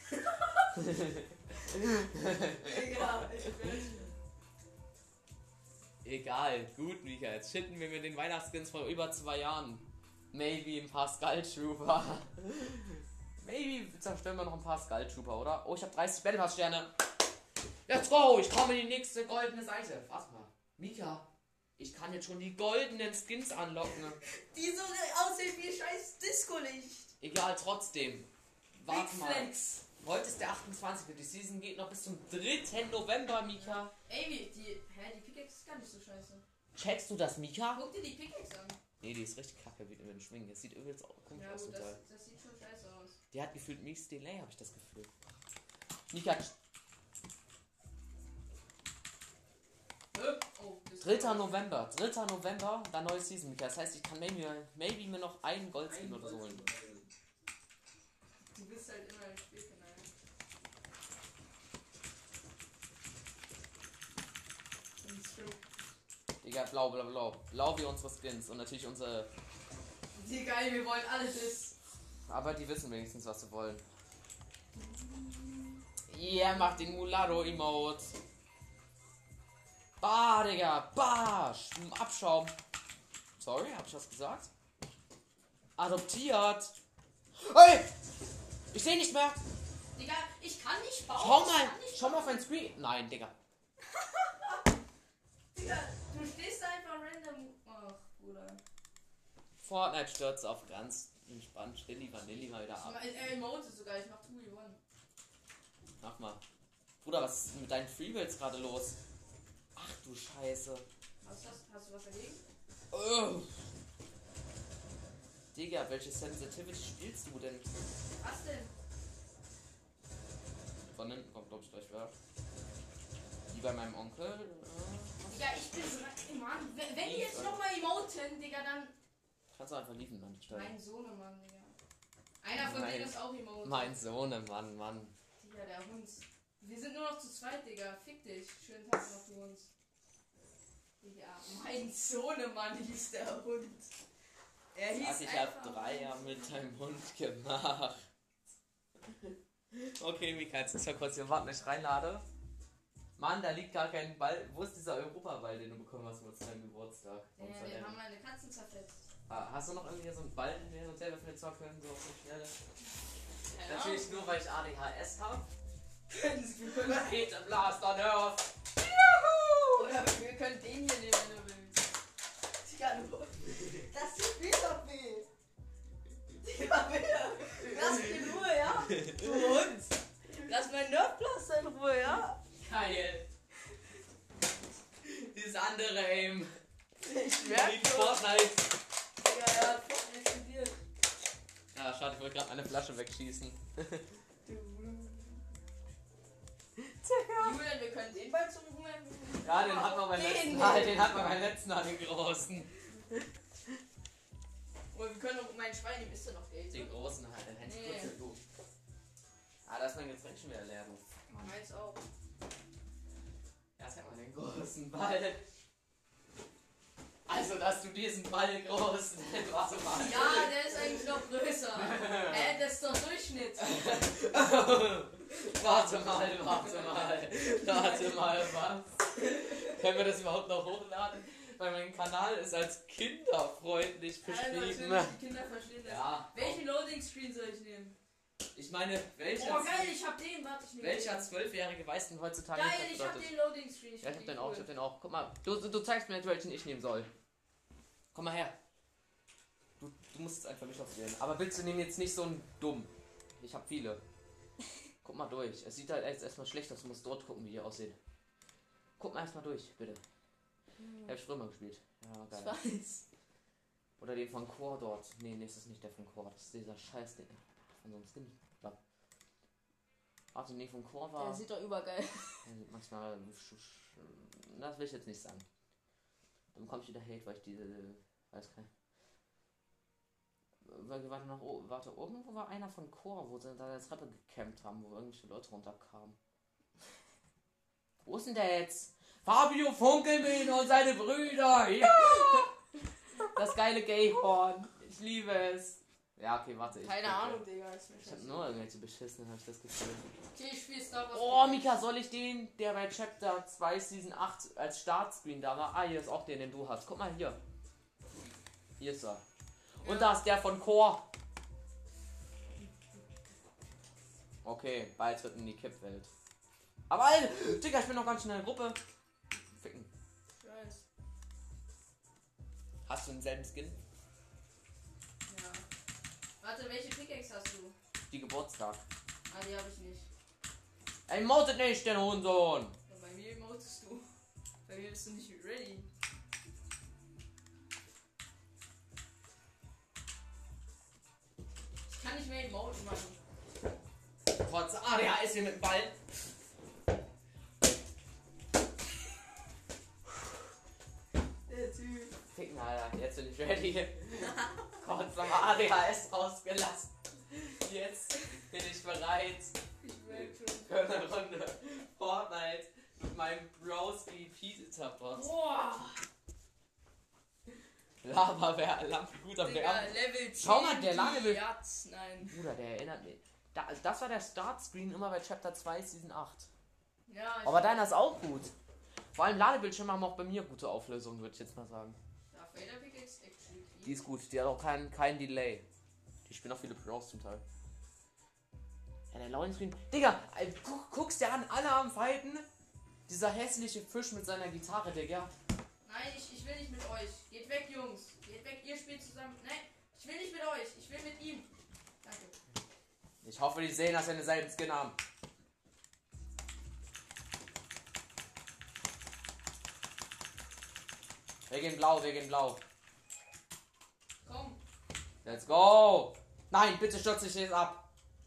S2: Ja, ich bin.
S1: Egal, gut, Mika, jetzt shitten wir mit den Weihnachtsskins vor über 2 Jahren. Maybe ein paar Skull Trooper. Maybe zerstören wir noch ein paar Skull Trooper, oder? Oh, ich habe 30 Battle Pass Sterne. Let's go, ich komme in die nächste goldene Seite. Warte mal. Mika, ich kann jetzt schon die goldenen Skins anlocken.
S2: Die so aussehen wie scheiß Disco-Licht.
S1: Egal, trotzdem. Warte
S2: Big
S1: mal.
S2: Flex.
S1: Heute ist der 28. Die Season geht noch bis zum 3. November, Mika.
S2: Ey, die Pickaxe ist gar nicht so scheiße.
S1: Checkst du das, Mika?
S2: Guck dir die Pickaxe an.
S1: Nee, die ist richtig kacke wie mit dem Schwingen. Das sieht übelst komisch
S2: Ja
S1: aus.
S2: gut,
S1: Total.
S2: das sieht schon scheiße aus.
S1: Die hat gefühlt Mix Delay, habe ich das Gefühl. Mika,
S2: Oh,
S1: 3. November, dann neue Season, Mika. Das heißt, ich kann maybe mir noch einen Goldskin oder so holen.
S2: Du bist halt immer im Spielkanal.
S1: Digga, blau. Blau wie unsere Skins und natürlich unsere.
S2: Die geil, wir wollen alles.
S1: Aber die wissen wenigstens, was sie wollen. Yeah, mach den Mulatto-Emote. Bah, Digga, bah, Abschaum. Sorry, hab ich was gesagt? Adoptiert. Hey! Ich seh nicht mehr.
S2: Digga, ich kann nicht bauen.
S1: Schau mal auf mein Screen. Nein, Digga.
S2: Digga, du stehst da einfach random. Ach, Bruder.
S1: Fortnite stürzt auf ganz entspannt. Stilli Vanilli mal wieder ab.
S2: Emote sogar, ich mach 2v1.
S1: Mach mal. Bruder, was ist mit deinen Freebuilds gerade los? Ach du Scheiße.
S2: Hast du was dagegen?
S1: Digga, welche Sensitivity spielst du denn?
S2: Was denn?
S1: Von hinten kommt, glaube ich, gleich wer. Wie bei meinem Onkel.
S2: Digga, ich bin so. Mann, wenn die jetzt nochmal emoten, Digga, dann.
S1: Kannst du einfach liefen an die Stelle.
S2: Mein Sohnemann, Digga. Einer von denen ist auch emoten.
S1: Mein Sohnemann, Mann.
S2: Digga, der Hund. Wir sind nur noch zu zweit, Digga. Fick dich. Schönen Tag noch, du Hund. Digga, mein Sohnemann hieß der Hund. Er hieß
S1: Ich hab 3 Jahre mit deinem Hund gemacht. Okay, Mika, jetzt ist ja kurz hier warten, ich reinlade. Mann, da liegt gar kein Ball. Wo ist dieser Europaball, den du bekommen hast zu deinem Geburtstag?
S2: Den haben meine Katzen zerfetzt.
S1: Hast du noch irgendwie so einen Ball, den wir uns selber für zocken, so auf die Schnelle?
S2: Ja.
S1: Natürlich nur, weil ich ADHS habe.
S2: Wir können
S1: Geht im Blaster Nerf.
S2: Oder wir können den hier nehmen, wenn du willst. Digga, das tut wieder weh. Digga, bitte. Lass mich in Ruhe, ja? Du Hund. Lass mein Nerfpflaster in Ruhe, ja?
S1: Geil. Dieses andere Aim.
S2: Ich merke
S1: Wie Fortnite.
S2: Digga, er hat Fortnite explodiert.
S1: Ja, schade, ich wollte gerade eine Flasche wegschießen.
S2: Julian, wir können den Ball zum Ruhe.
S1: Ja, den hat man beim letzten Mal, den großen.
S2: Und wir können auch mein Schwein, dem ist ja noch Geld.
S1: Den großen halt, den hätte ich
S2: Nee.
S1: kurz du. Ah, da ist mein Getränk schon wieder leer, du. Mann.
S2: Meins auch.
S1: Erst hat man den großen Ball. Also Also, dass du diesen Ball groß... Warte mal.
S2: Ja, der ist eigentlich noch größer. Das ist doch Durchschnitt.
S1: Warte mal, was? Können wir das überhaupt noch hochladen? Weil mein Kanal ist als kinderfreundlich beschrieben.
S2: Natürlich, die Kinder verstehen das.
S1: Ja.
S2: Welchen Loading-Screen soll ich nehmen?
S1: Ich meine, welcher...
S2: Oh geil, ich hab den, warte, ich nehme
S1: Welcher 12-Jährige weiß denn heutzutage
S2: geil,
S1: nicht,
S2: ich
S1: was
S2: hab
S1: bedeutet?
S2: den Loading-Screen.
S1: Ja, ich hab den auch. Guck mal, du zeigst mir nicht, welchen ich nehmen soll. Komm mal her. Du musst jetzt einfach mich auswählen. Aber bitte nimm jetzt nicht so einen dumm. Ich hab viele. Guck mal durch. Es sieht halt erstmal schlecht aus. Du musst dort gucken, wie die aussehen. Guck mal erstmal durch, bitte. Hab ich früher mal gespielt. Ja, geil.
S2: Ich weiß.
S1: Oder den von Core dort. Nee, das ist nicht der von Core. Das ist dieser scheiß Ding. Von so einem Skin. Warte, nee, von Core war...
S2: Der sieht doch übergeil.
S1: Der sieht manchmal... Das will ich jetzt nicht sagen. Dann bekomme ich wieder Hate, weil ich diese... Weiß kein... Warte, irgendwo war einer von Core, wo sie da der Treppe gecampt haben, wo irgendwelche Leute runterkamen. Wo ist denn der jetzt? Fabio Funkelmin und seine Brüder! Ja! Das geile Gayhorn. Ich liebe es. Ja, okay, warte.
S2: Keine Ahnung, Digga.
S1: Ich hab nur irgendwelche beschissenen, hab ich das Gefühl.
S2: Okay, ich spiel Star Wars.
S1: Oh, Mika, soll ich den, der bei Chapter 2 Season 8 als Startscreen da war? Ah, hier ist auch den du hast. Guck mal hier. Hier ist er. Und da ist der von Core. Okay, Beitritt in die Kippwelt. Aber Alter, Digga, ich bin noch ganz schnell in der Gruppe. Ficken.
S2: Scheiß.
S1: Hast du denselben Skin?
S2: Ja. Warte, welche Pickaxe hast du?
S1: Die Geburtstag.
S2: Ah, die habe ich nicht.
S1: Ey, motet nicht, den Hurensohn!
S2: Ja, bei mir emotest du. Bei mir bist du nicht ready. Ich kann nicht mehr emoten machen.
S1: Trotz ADHS hier mit dem Ball.
S2: Der Typ.
S1: Ficken, Alter, jetzt bin ich ready. Trotz ADHS rausgelassen. Jetzt bin ich bereit
S2: Ich merke schon.
S1: für eine Runde Fortnite mit meinem Broski Pizza Bot.
S2: Boah!
S1: Lampe gut am
S2: Digga,
S1: Wärmen.
S2: Level 10.
S1: Schau mal, der Lade-
S2: Jats, nein.
S1: Bruder, der erinnert mich. Das war der Startscreen immer bei Chapter 2 Season 8.
S2: Ja, ich
S1: Aber deiner ist auch gut. Vor allem Ladebildschirme haben auch bei mir gute Auflösung, würde ich jetzt mal sagen.
S2: Darth Vader Pickaxe actually.
S1: Die ist gut, die hat auch kein Delay. Die spielen auch viele Pros zum Teil. Ja, der Loading-Screen. Digga, guckst dir an, alle am Fighten. Dieser hässliche Fisch mit seiner Gitarre, Digga.
S2: Nein, ich will nicht mit euch. Geht weg, Jungs. Geht weg, ihr spielt zusammen. Nein, ich will nicht mit euch. Ich will mit ihm. Danke.
S1: Ich hoffe, die sehen, dass wir denselben Skin haben. Wir gehen blau.
S2: Komm.
S1: Let's go! Nein, bitte stürze dich jetzt ab.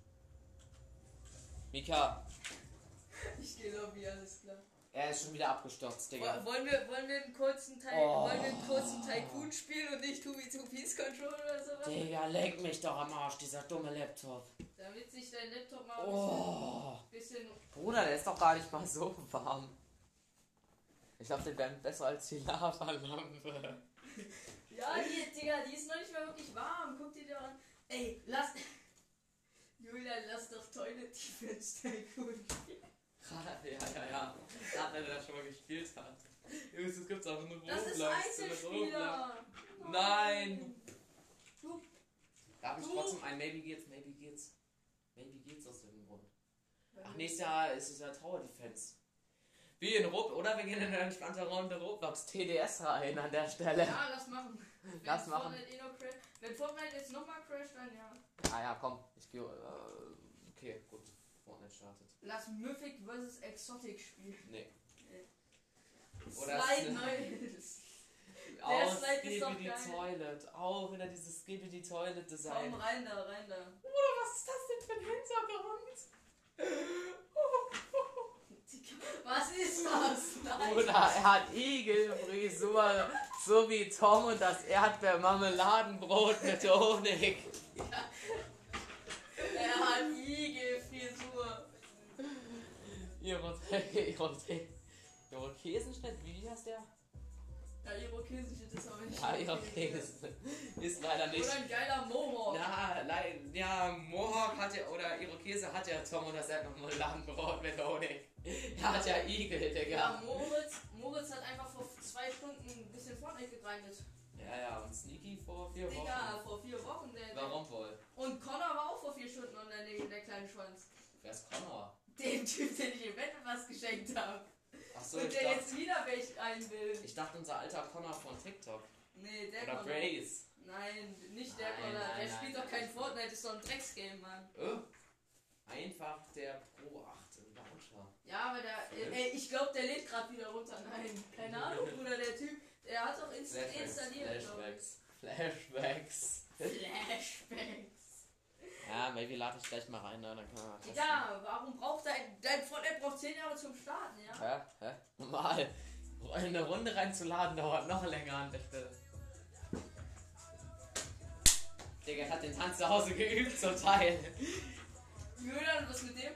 S1: Mika,
S2: Ich gehe Lobby, alles klar.
S1: er ist schon wieder abgestürzt, Digga.
S2: Wollen wir einen kurzen Tycoon spielen und nicht 2v2 Peace Control oder sowas?
S1: Digga, leck mich doch am Arsch, dieser dumme Laptop.
S2: Damit sich dein Laptop mal ein bisschen
S1: Bruder, der ist doch gar nicht mal so warm. Ich glaube, der wäre besser als die Lavalampe.
S2: Ja, Digga, die ist noch nicht mal wirklich warm. Guck dir die an. Ey, Julian, lass doch Toilet Defense Tycoon spielen.
S1: Ja. Gerade wenn er das schon mal gespielt hat. Jungs, es gibt's auch nur Roblox.
S2: Das ist Einzelspieler.
S1: Nein!
S2: Du.
S1: Da hab ich trotzdem ein Maybe geht's. Maybe geht's aus dem Grund. Ach, nächstes Jahr ist es ja Tower Defense. Wie in oder wir gehen in eine entspannte Runde Roblox TDS rein an der Stelle.
S2: Ja, lass machen.
S1: Lass machen.
S2: Wenn Fortnite jetzt nochmal crasht, dann ja.
S1: Ah ja, komm. Ich gehe. Okay, gut. Fortnite startet.
S2: Lass Mythic vs. Exotic spielen.
S1: Nee.
S2: Oder Slide Neues.
S1: Aus
S2: Slide ist doch
S1: Skibidi
S2: geil.
S1: Toilet. Auch wieder dieses Skibidi Toilet Design.
S2: Komm, rein da.
S1: Bruder, was ist das denn für ein Hintergrund?
S2: Was ist das? Nein.
S1: Bruder, er hat Igelfrisur, so wie Tom und das Erdbeermarmeladenbrot mit Honig.
S2: Ja. Er hat Igelfrisur.
S1: Irokesenschnitt, wie heißt der?
S2: Ja, Irokesisch ist aber nicht.
S1: Ja, Irokese ist leider nicht.
S2: Oder ein geiler Mohawk.
S1: Ja, Mohawk hat ja, oder Irokese hat ja Tom und das Erdnussmarmeladenbrot mit Honig. Er hat ja Igel, Digga.
S2: Ja, Moritz hat einfach vor 2 Stunden ein bisschen Fortnite gegrindet.
S1: Ja, und Sneaky vor 4 Wochen.
S2: Digga, vor 4 Wochen.
S1: Warum wohl?
S2: Und Connor war auch vor 4 Stunden online, der kleine Schwanz.
S1: Wer ist Connor?
S2: Den Typ, den ich im Bett was geschenkt habe.
S1: Achso,
S2: und der jetzt wieder welch ein will.
S1: Ich dachte, unser alter Connor von TikTok.
S2: Nee, der
S1: Oder
S2: Connor.
S1: Brace.
S2: Nein, nicht der Connor. Der spielt doch kein Fortnite, ist doch ein Drecksgame, Mann.
S1: Einfach der Pro 8 im Launcher.
S2: Ja, aber ich glaube, der lädt gerade wieder runter. Nein, keine Ahnung, Bruder, der Typ, der hat doch installiert.
S1: Flashbacks. Ja, maybe lade ich gleich mal rein, ne? Dann kann man mal testen.
S2: Ja, warum braucht dein Fortnite braucht 10 Jahre zum Starten, ja?
S1: Hä? Normal. Eine Runde reinzuladen dauert noch länger an der Stelle. Digga, hat den Tanz zu Hause geübt zum Teil.
S2: Julian, was mit dem?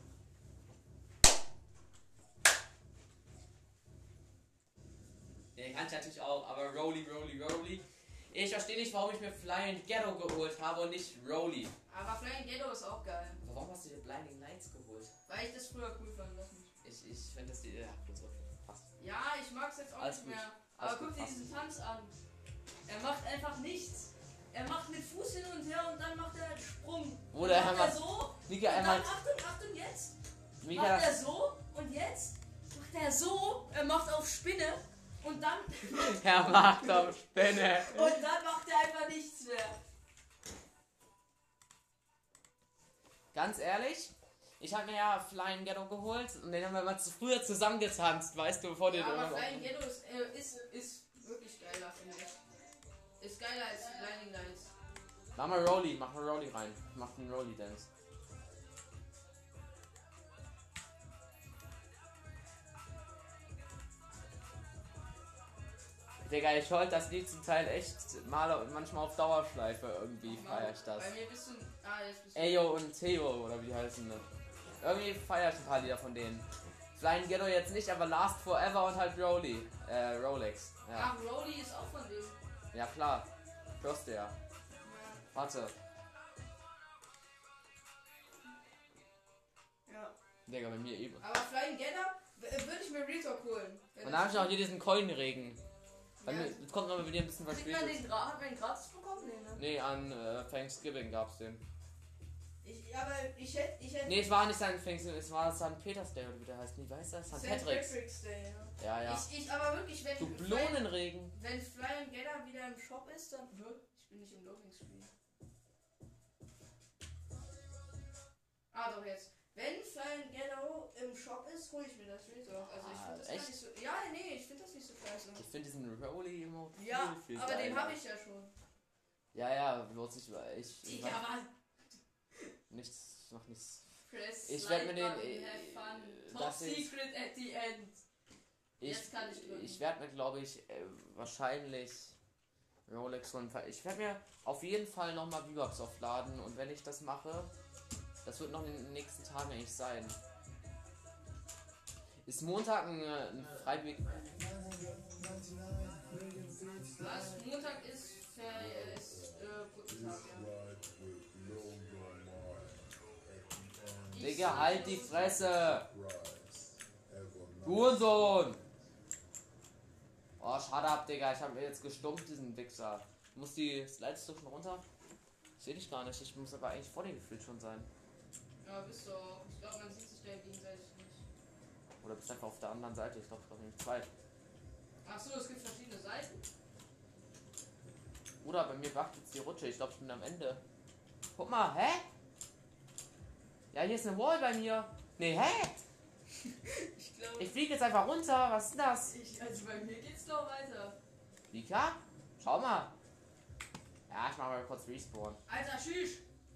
S1: Den kann ich natürlich auch, aber Rolly. Ich verstehe nicht, warum ich mir Flying Ghetto geholt habe und nicht Rolly.
S2: Aber Flying Ghetto ist auch geil.
S1: Warum hast du dir Blinding Lights geholt?
S2: Weil ich das früher cool fand, lass mich.
S1: Ich finde das die. Ja, gut, so passt.
S2: Ja, ich mag es jetzt auch
S1: Alles
S2: nicht
S1: gut.
S2: mehr.
S1: Alles
S2: Aber
S1: gut,
S2: guck dir
S1: passt.
S2: diesen Tanz an. Er macht einfach nichts. Er macht mit Fuß hin und her und dann macht er einen Sprung.
S1: Oder
S2: macht
S1: er
S2: er so.
S1: Mika,
S2: und
S1: er
S2: dann
S1: macht.
S2: Achtung, jetzt.
S1: Mika,
S2: Macht er so und jetzt macht er so. Er macht auf Spinne und dann.
S1: er macht auf Spinne.
S2: Und dann macht er einfach nichts mehr.
S1: Ganz ehrlich, ich habe mir ja Flying Ghetto geholt und den haben wir mal früher zusammen getanzt, weißt du, bevor
S2: Ja,
S1: den.
S2: aber Flying Ghetto ist wirklich geiler, finde ich. Ist geiler als Blinding Lights.
S1: Mach mal Rolly rein. Mach den Rolly Dance. Digga, ich wollte das Lied zum Teil echt manchmal auf Dauerschleife irgendwie feier ich das.
S2: Bei mir bist du. Jetzt bist du.
S1: Ayo und Theo oder wie die heißen ne? Irgendwie feier ich ein paar Lieder von denen. Flying Ghetto jetzt nicht, aber Last Forever und halt Rolly. Rolex. Ja.
S2: Ach, Rolly ist auch von dem.
S1: Ja klar. Hörst du ja.
S2: Ja.
S1: Warte.
S2: Ja.
S1: Digga, bei mir eben.
S2: Aber Flying Ghetto würde ich mir Real Talk holen.
S1: Und dann hab ich auch hier diesen Coinregen. Bei
S2: Ja.
S1: mir jetzt kommt noch bei dir ein bisschen
S2: Kriegt man
S1: verspätet.
S2: den hat man den gratis bekommen? Nee, ne?
S1: Nee, an Thanksgiving gab's den.
S2: Ich hätte.
S1: Nee, es war nicht St. Thanksgiving, es war St. Peter's Day oder wie der heißt. Nie weiß das? St. Patrick's.
S2: Day, ja.
S1: Ja.
S2: Aber wirklich, wenn
S1: Du Blonenregen.
S2: Wenn Flying Ghetto wieder im Shop ist, dann. Ich bin nicht im Loading Screen. Doch jetzt. Wenn Flying Ghetto im Shop ist, hole ich mir das Real Talk. Also ich finde das
S1: echt?
S2: gar nicht so. Ja, nee, ich finde das nicht so scheiße.
S1: Ich finde diesen Rolly-Emote
S2: Ja,
S1: viel
S2: aber den
S1: geiler.
S2: habe ich ja schon.
S1: Ja, bloß ich
S2: Digga, Mann.
S1: noch nichts.
S2: Press
S1: Ich werd mir den,
S2: have fun. Top
S1: das ist-
S2: Secret at the end. Jetzt kann ich drücken.
S1: Ich werde mir, glaube ich, wahrscheinlich Rolex holen. Ich werde mir auf jeden Fall nochmal V-Bucks aufladen und wenn ich das mache, das wird noch in den nächsten Tagen eigentlich sein. Ist Montag ein Freiweg?
S2: Was? Montag ist Brückentag, ja.
S1: Digga, halt die Fresse! Hurensohn! Oh, shut up, Digga. Ich habe mir jetzt gestumpft, diesen Wichser. Muss die Slides schon runter? Ich sehe dich gar nicht. Ich muss aber eigentlich vor dir gefühlt schon sein.
S2: Ja, bist du auch. Ich glaube, man sieht sich da gegenseitig nicht.
S1: Oder bist einfach auf der anderen Seite. Ich glaube, nämlich zwei.
S2: Achso, es gibt verschiedene Seiten.
S1: Oder bei mir backt jetzt die Rutsche. Ich glaube, ich bin am Ende. Guck mal, hä? Ja, hier ist eine Wall bei mir. Nee, hä?
S2: Ich glaube.
S1: Ich fliege jetzt einfach runter. Was ist denn das?
S2: Also bei mir geht's doch weiter.
S1: Mika? Schau mal. Ja, ich mach mal kurz Respawn.
S2: Alter, tschüss.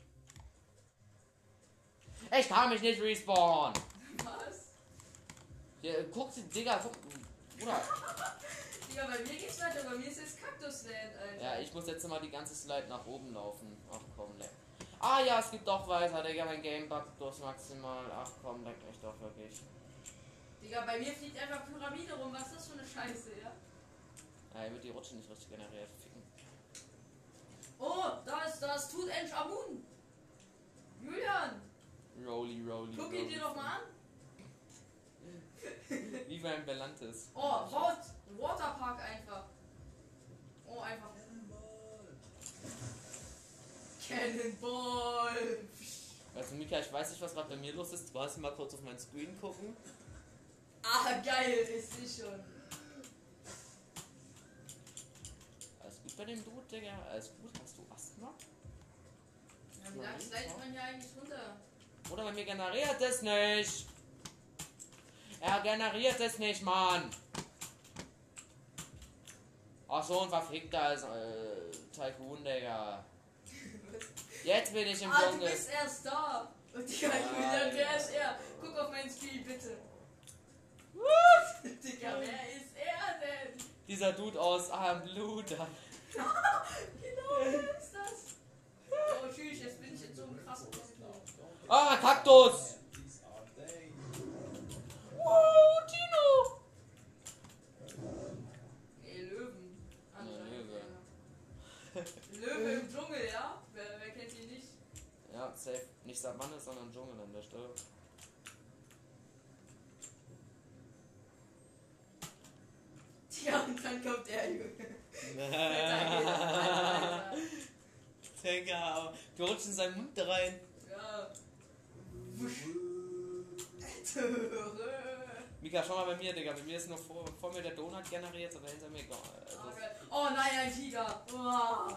S1: Ich kann mich nicht respawnen.
S2: Was?
S1: Hier, guck, Digga, guck. Bruder.
S2: Digga, bei mir geht's weiter. Bei mir ist jetzt Kaktusland, Alter.
S1: Ja, ich muss jetzt mal die ganze Slide nach oben laufen. Ach komm, leck. Ah ja, es gibt doch weiter, Digga, mein Game buggt durch maximal. Ach komm, leck mich doch wirklich.
S2: Digga, bei mir fliegt einfach Pyramide rum. Was ist das für eine Scheiße, ja?
S1: Er wird die Rutsche nicht richtig generiert. Ficken.
S2: Oh, das tut Ench Amun. Julian,
S1: Rolly.
S2: guck ihn dir doch mal an.
S1: Wie beim Belantes.
S2: Oh, Waterpark einfach. Oh, einfach. Cannonball.
S1: Also Mika, ich weiß nicht, was gerade bei mir los ist. Du hast mal kurz auf meinen Screen gucken.
S2: Ah, geil, ist ich schon.
S1: Alles gut bei dem Dude, Digga? Alles gut? Hast du Asthma?
S2: Ja, wie lange slidet man hier eigentlich runter?
S1: Oder bei mir generiert es nicht. Er generiert es nicht, Mann. Ach so, ein verfickter Tycoon, Digga. Jetzt bin ich im
S2: Du
S1: Dschungel.
S2: bist erst da. Und Digga, Julian, wer ist er? Guck auf meinen Screen, bitte. Digga, wer ist er denn?
S1: Dieser Dude aus Blue da.
S2: Genau, wer ist das? Oh, tschüss, jetzt bin ich in so einem krassen Tempo.
S1: Ah, Kaktus! Tino!
S2: Nee, Löwen. Anscheinend,
S1: Löwe.
S2: ja. Löwe im Dschungel, ja? Wer kennt ihn nicht?
S1: Ja, safe. Nicht Savanne, sondern Dschungel an der Stelle.
S2: Ja, und dann kommt der Junge.
S1: Digga, du rutschst in seinen Mund rein.
S2: Ja. Wusch.
S1: Mika, schau mal bei mir, Digga. Bei mir ist nur vor mir der Donut generiert, aber hinter mir gar.
S2: Oh nein, ein Tiger. Oh.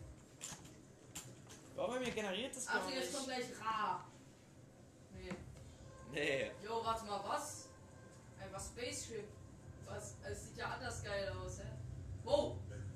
S1: Bei mir generiert es gar
S2: Achtung, jetzt kommt
S1: nicht.
S2: gleich Ra. Nee.
S1: Nee.
S2: Jo, warte mal, was? Einfach Spaceship. Was? Es sieht ja anders geil aus, hä? Wow.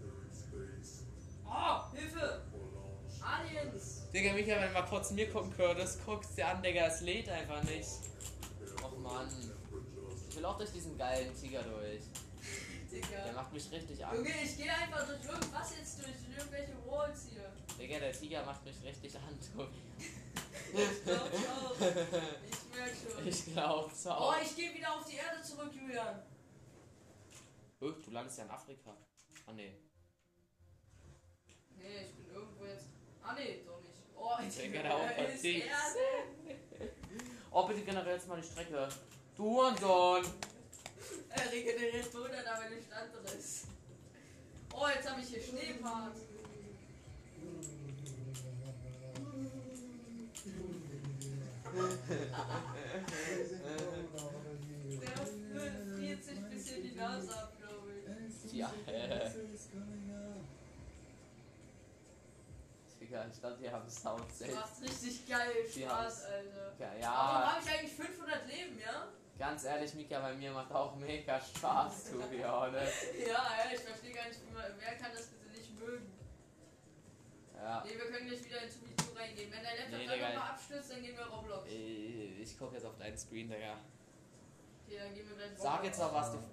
S2: Oh, Hilfe. Aliens.
S1: Digga, Mika, wenn du mal kurz mir gucken könntest, guckst dir an, Digga, es lädt einfach nicht. Och Mann. Ich will auch durch diesen geilen Tiger durch.
S2: Digga.
S1: Der macht mich richtig an.
S2: Junge, ich gehe einfach durch irgendwas jetzt durch irgendwelche Walls hier.
S1: Digga, der Tiger macht mich richtig an, Tobi.
S2: Ich glaub auch. Ich merk schon.
S1: Ich glaub's
S2: Oh,
S1: auch.
S2: ich gehe wieder auf die Erde zurück, Julian.
S1: Du landest ja in Afrika. Ah, nee.
S2: Nee, ich bin irgendwo jetzt. Ah, nee, doch nicht. Oh, ich
S1: Digga, der Opfer
S2: ist
S1: Dings.
S2: Erde.
S1: Oh, bitte generiert jetzt mal die Strecke. Du Hurensohn.
S2: Er regeneriert 100, aber nicht anderes. Oh, jetzt habe ich hier Schneepart. Der friert sich ein bisschen die Nase ab, glaube ich.
S1: Ja, Digga, ich dachte, die haben Sound
S2: Das
S1: safe.
S2: macht richtig geil
S1: Die
S2: Spaß,
S1: haben's.
S2: Alter. Warum
S1: Ja,
S2: habe ich eigentlich 500 Leben, ja?
S1: ganz ehrlich, Mika, bei mir macht auch mega Spaß, to be honest.
S2: Ja, ich verstehe gar nicht, wer kann das bitte nicht mögen.
S1: Ja.
S2: Nee, wir können gleich wieder in 2v2 reingehen. Wenn der Laptop
S1: Nee,
S2: dann
S1: Digga.
S2: nochmal abstürzt, dann gehen wir Roblox.
S1: Ich guck jetzt auf deinen Screen, Digga.
S2: Okay, dann gehen wir gleich Roblox.
S1: Sag jetzt noch was, du.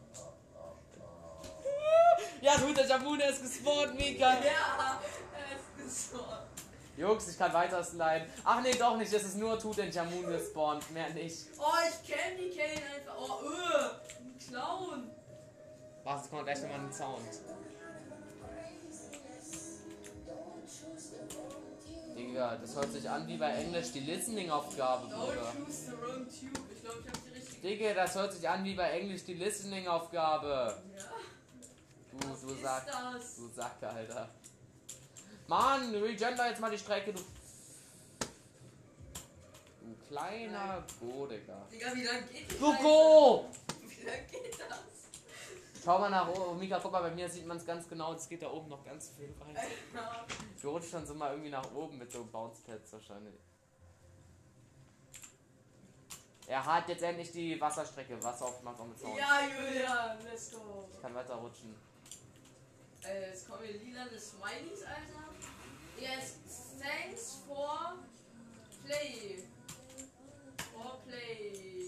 S1: Ja, gut, der Jamune ist gespawnt, Mika.
S2: Ja, er ist gestorben.
S1: Jungs, ich kann weiter sliden. Ach nee, doch nicht, es ist nur Tutanchamun gespawnt, mehr nicht.
S2: Oh, ich kenne die Kane einfach. Oh, ein Clown.
S1: Was, es kommt gleich nochmal ein Sound. Digga, das hört sich an wie bei Englisch die Listening-Aufgabe, Bruder.
S2: Don't choose the wrong tube. Ich glaube, ich habe die richtige.
S1: Digga, das hört sich an wie bei Englisch die Listening-Aufgabe.
S2: Ja,
S1: Du
S2: ist
S1: Sack.
S2: das?
S1: Du Sack, Alter. Mann, regender jetzt mal die Strecke, du. Du kleiner Go, Digga.
S2: Digga, wie lang geht die
S1: Du
S2: Scheiße?
S1: Go!
S2: Wie lang geht das?
S1: Schau mal nach oben. Mika, guck mal, bei mir sieht man es ganz genau. Es geht da oben noch ganz viel weiter.
S2: Ja.
S1: Du rutschst dann so mal irgendwie nach oben mit so Bounce-Pads wahrscheinlich. Er hat jetzt endlich die Wasserstrecke. Wasser aufgemacht auch mit Sound.
S2: Ja, Julian, let's go.
S1: Ich kann weiter rutschen.
S2: Es kommen hier lilane Smileys, Alter. Yes, thanks for play. For play.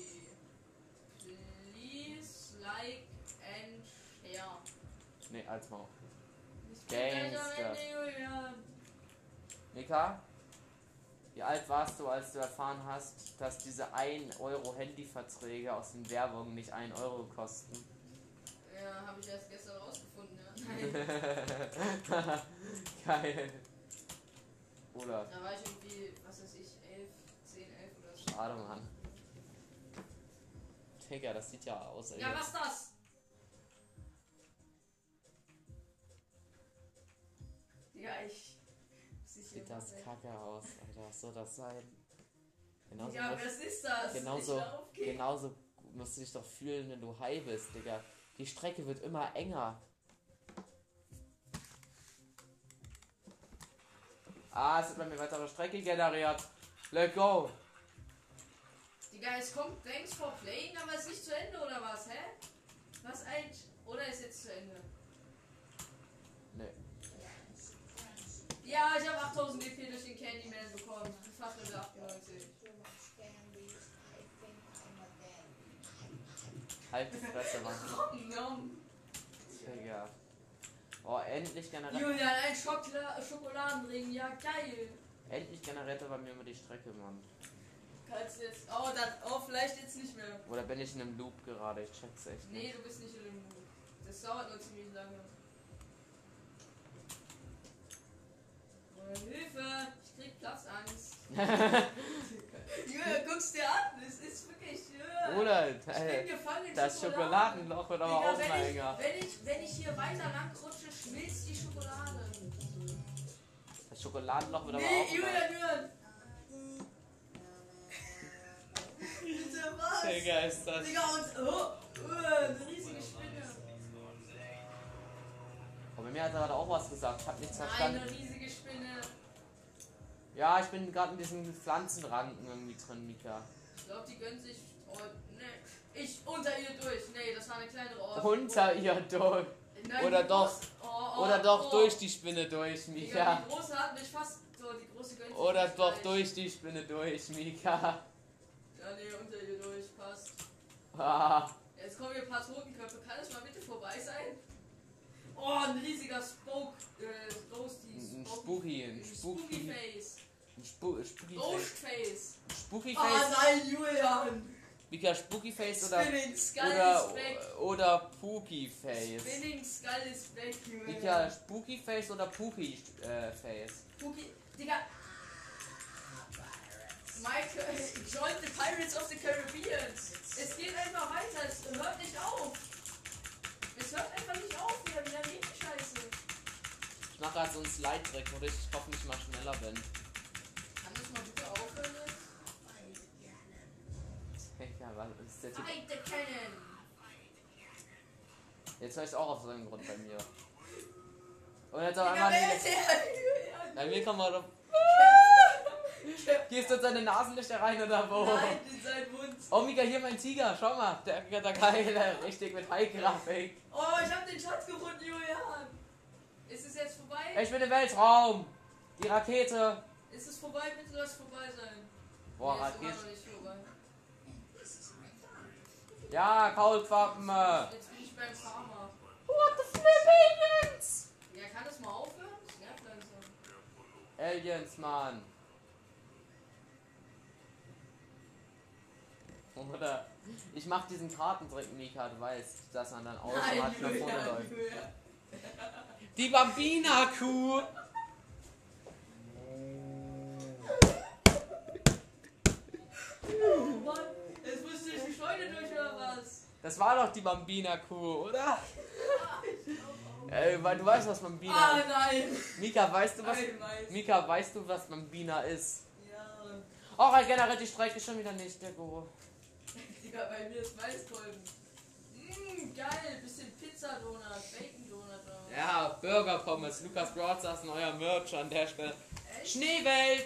S2: Please like and share.
S1: Nee, als Maul.
S2: Ich bin gleich am
S1: Gangster.
S2: Ende, Julian.
S1: Mika, wie alt warst du, als du erfahren hast, dass diese 1 Euro Handyverträge aus den Werbungen nicht 1 Euro kosten?
S2: Ja, habe ich erst gestern rausgefunden,
S1: Geil. Oder?
S2: Da war ich irgendwie, was weiß ich, 10, 11 oder so.
S1: Schade, Mann. Digga, das sieht ja aus.
S2: Ja, was ist das? Ja,
S1: Sieht das kacke aus, Alter. Was soll das sein? Genauso
S2: ja, was ist das?
S1: Genauso musst du dich doch fühlen, wenn du high bist, Digga. Die Strecke wird immer enger. Es wird bei mir weitere Strecke generiert. Let's go.
S2: Digga, es kommt Thanks for Playing, aber ist nicht zu Ende, oder was, hä? Was eigentlich? Oder ist jetzt zu Ende?
S1: Nee.
S2: Ja, ich habe 8000 EP durch den Candyman bekommen. Fast Level 98.
S1: Halt die Fresse, Mann. Digga. Oh, endlich generiert.
S2: Julian, ein Schokoladenring, ja geil.
S1: Endlich generiert er bei mir immer die Strecke, Mann.
S2: Kannst du jetzt. Vielleicht jetzt nicht mehr.
S1: Oder bin ich in einem Loop gerade? Ich check's echt nicht.
S2: Nee, du bist nicht in dem Loop. Das dauert nur ziemlich lange. Hilfe! Ich krieg Platzangst. Julian, guck's dir an. Das ist wirklich.
S1: Oder?
S2: Ich bin gefangen in
S1: Das Schokoladenloch wird aber auch mal enger.
S2: Wenn ich hier weiter lang rutsche, schmilzt die Schokolade.
S1: Das Schokoladenloch wird aber auch mal
S2: Julian! Bitte was?
S1: Digga, ist das.
S2: Digga, und eine riesige Spinne.
S1: Aber bei mir hat er gerade auch was gesagt. Ich hab nichts verstanden.
S2: Eine riesige Spinne.
S1: Ja, ich bin gerade in diesen Pflanzenranken irgendwie drin, Mika.
S2: Ich glaube, die gönnt sich. Oh, ne. Ich unter ihr durch. Nee, das war eine kleinere Ort.
S1: Unter ihr durch.
S2: Nein,
S1: Oder doch. Oder doch durch die Spinne durch,
S2: Digga,
S1: Mika.
S2: die große hat mich fast. So, die große gönnt sich
S1: Oder
S2: nicht
S1: doch
S2: gleich.
S1: durch die Spinne durch, Mika.
S2: Ja, nee, unter ihr durch. Passt.
S1: Ah.
S2: Jetzt kommen hier ein paar Totenköpfe. Kann es mal bitte vorbei sein? Oh, ein riesiger Ghosty.
S1: Ein Spooky
S2: Face.
S1: Ein Spooky
S2: Ghost
S1: Face.
S2: Face.
S1: Spooky
S2: Ah,
S1: Face.
S2: nein, Julian.
S1: Mika, Spooky Face oder
S2: Spinning Skull ist weg.
S1: oder Pooky Face.
S2: Spinning Skull ist weg, Julian.
S1: Mika, Spooky Face oder Pooky Face.
S2: Spooky, Digga. Mike, join the Pirates of the Caribbean. Es geht einfach weiter, es hört nicht auf. Es hört einfach nicht auf, wir haben die Scheiße.
S1: Ich mache gerade so einen Slide-Trick, wo ich hoffentlich mal schneller bin.
S2: Kann das mal bitte aufhören jetzt?
S1: Ja, was ist der Typ?
S2: Fight the Cannon.
S1: Jetzt höre ich auch auf so einen Grund bei mir. Und jetzt auf
S2: Digga,
S1: einmal.
S2: wer ist der?
S1: Bei mir kann man doch. Gehst du in seine Nasenlöcher rein oder wo?
S2: Nein, in seinen Mund.
S1: Oh Mika, hier mein Tiger, schau mal. Der geile, richtig mit High-Grafik.
S2: Oh, ich hab den Schatz gefunden, Julian. Ist es jetzt vorbei?
S1: Ich bin im Weltraum. Die Rakete.
S2: Ist es vorbei? Bitte lass vorbei sein.
S1: Boah,
S2: Nee, ist immer
S1: Rakete.
S2: noch nicht vorbei.
S1: Ja, Kaulquappen.
S2: Jetzt bin ich beim Farmer.
S1: What the flipping?
S2: Ja, kann das mal aufhören? Das nervt langsam.
S1: Aliens, Mann. Oder ich mach diesen Kartentrick, Mika, du weißt, dass man dann automatisch nach vorne läuft. Die Bambina-Kuh!
S2: Oh Mann, jetzt musst du durch die Scheune durch oder was?
S1: Das war doch die Bambina-Kuh, oder? Weil du weißt, was Bambina
S2: Ah
S1: ist.
S2: nein!
S1: Mika, weißt du was?
S2: Nein, weiß.
S1: Mika, weißt du, was Bambina ist?
S2: Ja.
S1: Oh, generell die Strecke schon wieder nicht, der Go.
S2: Digga, bei mir ist Maiskolben. Geil, bisschen Pizzadonut, Bacon-Donut.
S1: Ja, Burger Pommes, Lukas Broadcast, euer Merch an der Stelle.
S2: Echt?
S1: Schneewelt!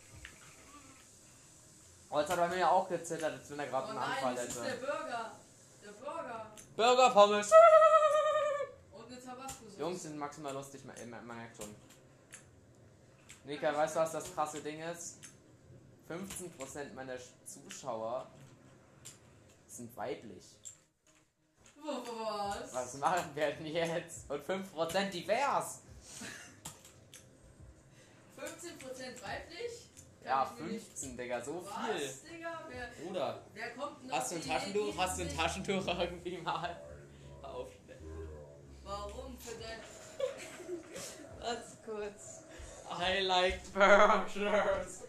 S1: Oh, jetzt hat er mir ja auch gezittert, als wenn er gerade
S2: Oh
S1: einen
S2: nein,
S1: Anfall
S2: das ist der
S1: hätte.
S2: Burger. Der Burger.
S1: Burger Pommes!
S2: Und eine Tabasco-Sauce.
S1: Jungs sind maximal lustig, man merkt schon. Mika, weißt du, was das krasse Ding ist? 15% meiner Zuschauer sind weiblich.
S2: Was?
S1: Was machen wir denn jetzt? Und 5% divers.
S2: 15% weiblich?
S1: Ja,
S2: Kann ich mir nicht-
S1: 15, Digga, so
S2: Was,
S1: viel.
S2: Digga?
S1: Bruder,
S2: Wer kommt noch
S1: hast du ein
S2: die Idee,
S1: Taschentuch? Hast du ein
S2: sich-
S1: Taschentuch irgendwie mal aufstellen?
S2: Warum für dein... Warte kurz.
S1: I like burgers.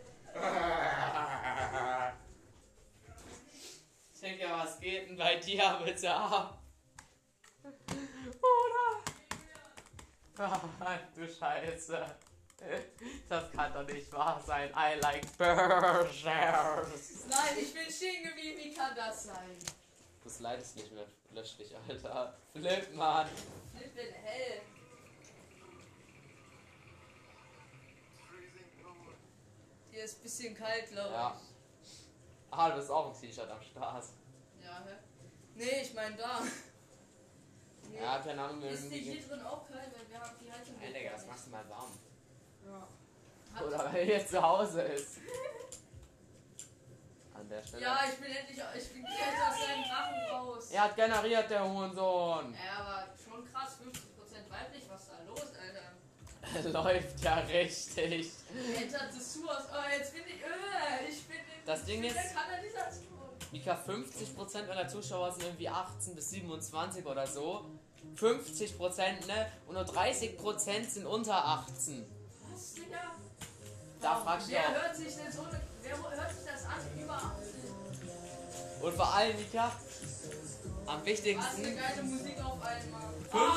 S1: Ich denke ja, was geht denn bei dir bitte ab? Oder? Ach, du Scheiße. Das kann doch nicht wahr sein. I like burgers.
S2: Nein, ich bin stehen geblieben. Wie kann das sein?
S1: Du slidest nicht mehr plötzlich, Alter. Flip, Mann.
S2: Ich bin hell. Hier ist ein bisschen kalt, glaube ich.
S1: Ja. Ah, du bist auch ein T-Shirt am Start.
S2: Ja, hä? Nee, ich meine da. Nee.
S1: Ja, keine Ahnung,
S2: Ist nicht hier drin auch kalt, weil wir haben die Heizung.
S1: Ey, Digga, das machst du mal warm.
S2: Ja.
S1: Oder wenn er jetzt zu Hause ist. An der Stelle.
S2: Ja, ich bin endlich aus seinem Drachen raus.
S1: Er hat generiert, der Hurensohn.
S2: Ja, aber schon krass, 50% weiblich, was ist da los, Alter?
S1: Läuft ja richtig.
S2: Enter the Source. Oh, jetzt bin ich bin in
S1: Das Ding ist,
S2: der Kanalisation.
S1: Mika, 50% meiner Zuschauer sind irgendwie 18 bis 27 oder so. 50%, ne? Und nur 30% sind unter 18.
S2: Was, Digga?
S1: Da fragst du
S2: Wer
S1: auch.
S2: hört sich denn wer hört sich das an? Über 18.
S1: Und vor allem, Mika, am
S2: Was eine
S1: wichtigsten,
S2: geile Musik auf einmal.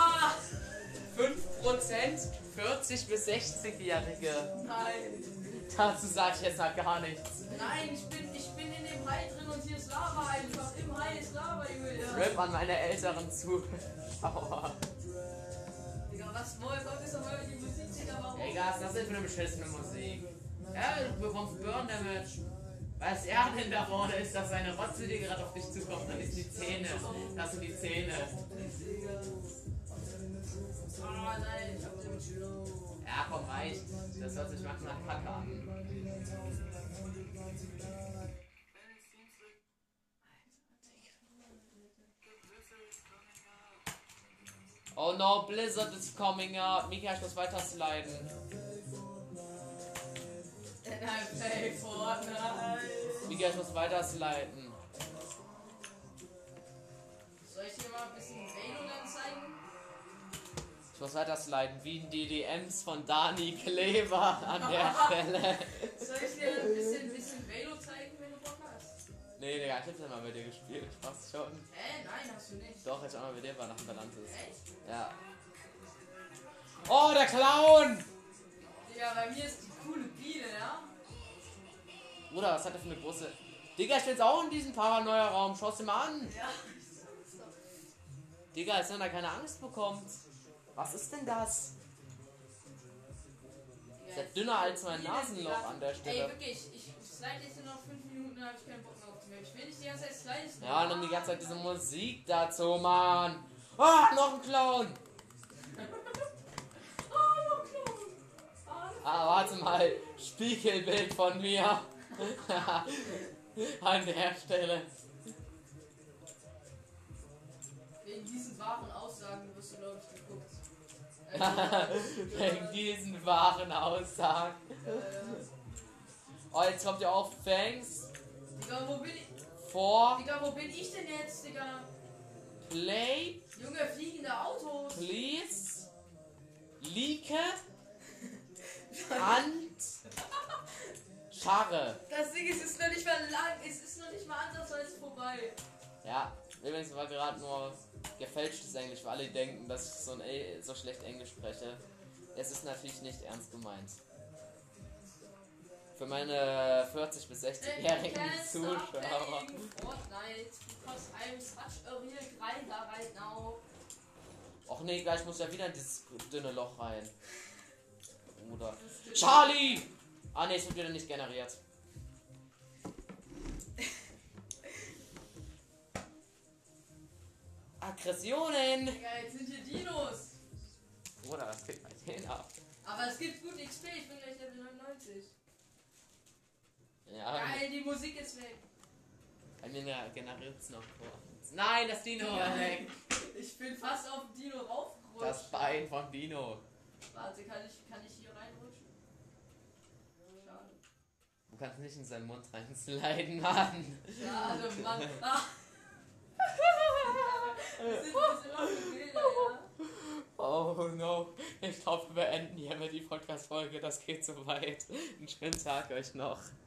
S1: 5% 40 bis 60-Jährige.
S2: Nein.
S1: Dazu sage ich jetzt noch gar nichts.
S2: Nein, ich bin in dem Hai drin und hier ist Lava einfach. Im Hai ist Lava, Julia.
S1: Rip an meine älteren Zuschauer.
S2: Digga, was kommt jetzt auf einmal die Musik, Digga, warum?
S1: Egal, was ist das denn für eine beschissene Musik? Ja, du bekommst Burn Damage. Was er denn da vorne ist, dass seine Rotze dir gerade auf dich zukommt, dann ist die Zähne. Das sind die Zähne.
S2: Ah, nein, ich hab den.
S1: Ja, komm, reicht. Das hört sich manchmal nach Kacke an. Oh no, Blizzard is coming up. Mika, ich muss weiter sliden.
S2: And I play Fortnite.
S1: Mika, ich muss weiter sliden.
S2: Soll ich dir mal ein bisschen Velo dann zeigen?
S1: Ich muss weiter sliden, wie in die DMs von Dani Kleber an der Stelle.
S2: Soll ich dir ein bisschen Velo zeigen, wenn du Bock hast?
S1: Nee, Digga, ich hab's ja mal bei dir gespielt. Fast schon.
S2: Nein, hast du nicht.
S1: Doch, ich auch mal bei dir war nach dem Balance ist.
S2: Echt?
S1: Ja. Oh, der Clown!
S2: Digga, bei mir ist die coole Biene, ja?
S1: Bruder, was hat der für eine große... Digga, ich bin jetzt auch in diesem Paranoia-Raum. Schau's dir mal an.
S2: Ja.
S1: Digga, als wenn er keine Angst bekommt. Was ist denn das? Ist ja dünner als mein Nasenloch an der Stelle.
S2: Ey, wirklich, ich slide jetzt nur noch 5 Minuten, dann hab ich keinen Bock mehr auf die Welt. Ich will nicht die ganze Zeit sliden.
S1: Ja, und dann die ganze Zeit diese Musik dazu, Mann. Ah, noch ein Clown. Ah, warte mal. Spiegelbild von mir. An der Stelle.
S2: Wegen diesen wahren Aussagen wirst du, glaube ich, geguckt.
S1: Wegen diesen wahren Aussagen. Oh, jetzt kommt ja auch Thanks
S2: Digga, wo bin ich?
S1: for
S2: Digga, wo bin ich denn jetzt, Digga?
S1: play,
S2: Junge, fliegende Autos.
S1: please, Lieke, and Scharre.
S2: Das Ding ist, es ist noch nicht mal lang, es ist noch nicht mal ansatzweise vorbei.
S1: Ja, übrigens war gerade nur gefälschtes Englisch, weil alle denken, dass ich so schlecht Englisch spreche. Es ist natürlich nicht ernst gemeint. Für meine 40- bis 60-jährigen Zuschauer.
S2: Fortnite, because I'm such a real grinder right now.
S1: Och nee, gleich muss ja wieder in dieses dünne Loch rein. Oder. Charlie! Ah nee, es wird wieder nicht generiert. Aggressionen!
S2: Digga, jetzt sind hier Dinos.
S1: Oder das geht bei denen ab.
S2: Aber es gibt gut XP, ich bin gleich Level 99.
S1: Ja,
S2: Geil, die Musik ist weg.
S1: bei mir generiert es noch vor. Nein, das Dino war weg!
S2: Ich bin fast auf den Dino raufgerutscht.
S1: Das Bein vom Dino.
S2: Warte, kann ich hier reinrutschen? Schade.
S1: Du kannst nicht in seinen Mund reinsliden, Mann.
S2: Schade, Mann. Ah. Das sind auf den Bilder, ja.
S1: Oh no. Ich glaube, wir beenden hiermit die Podcast-Folge. Das geht so weit. Einen schönen Tag euch noch.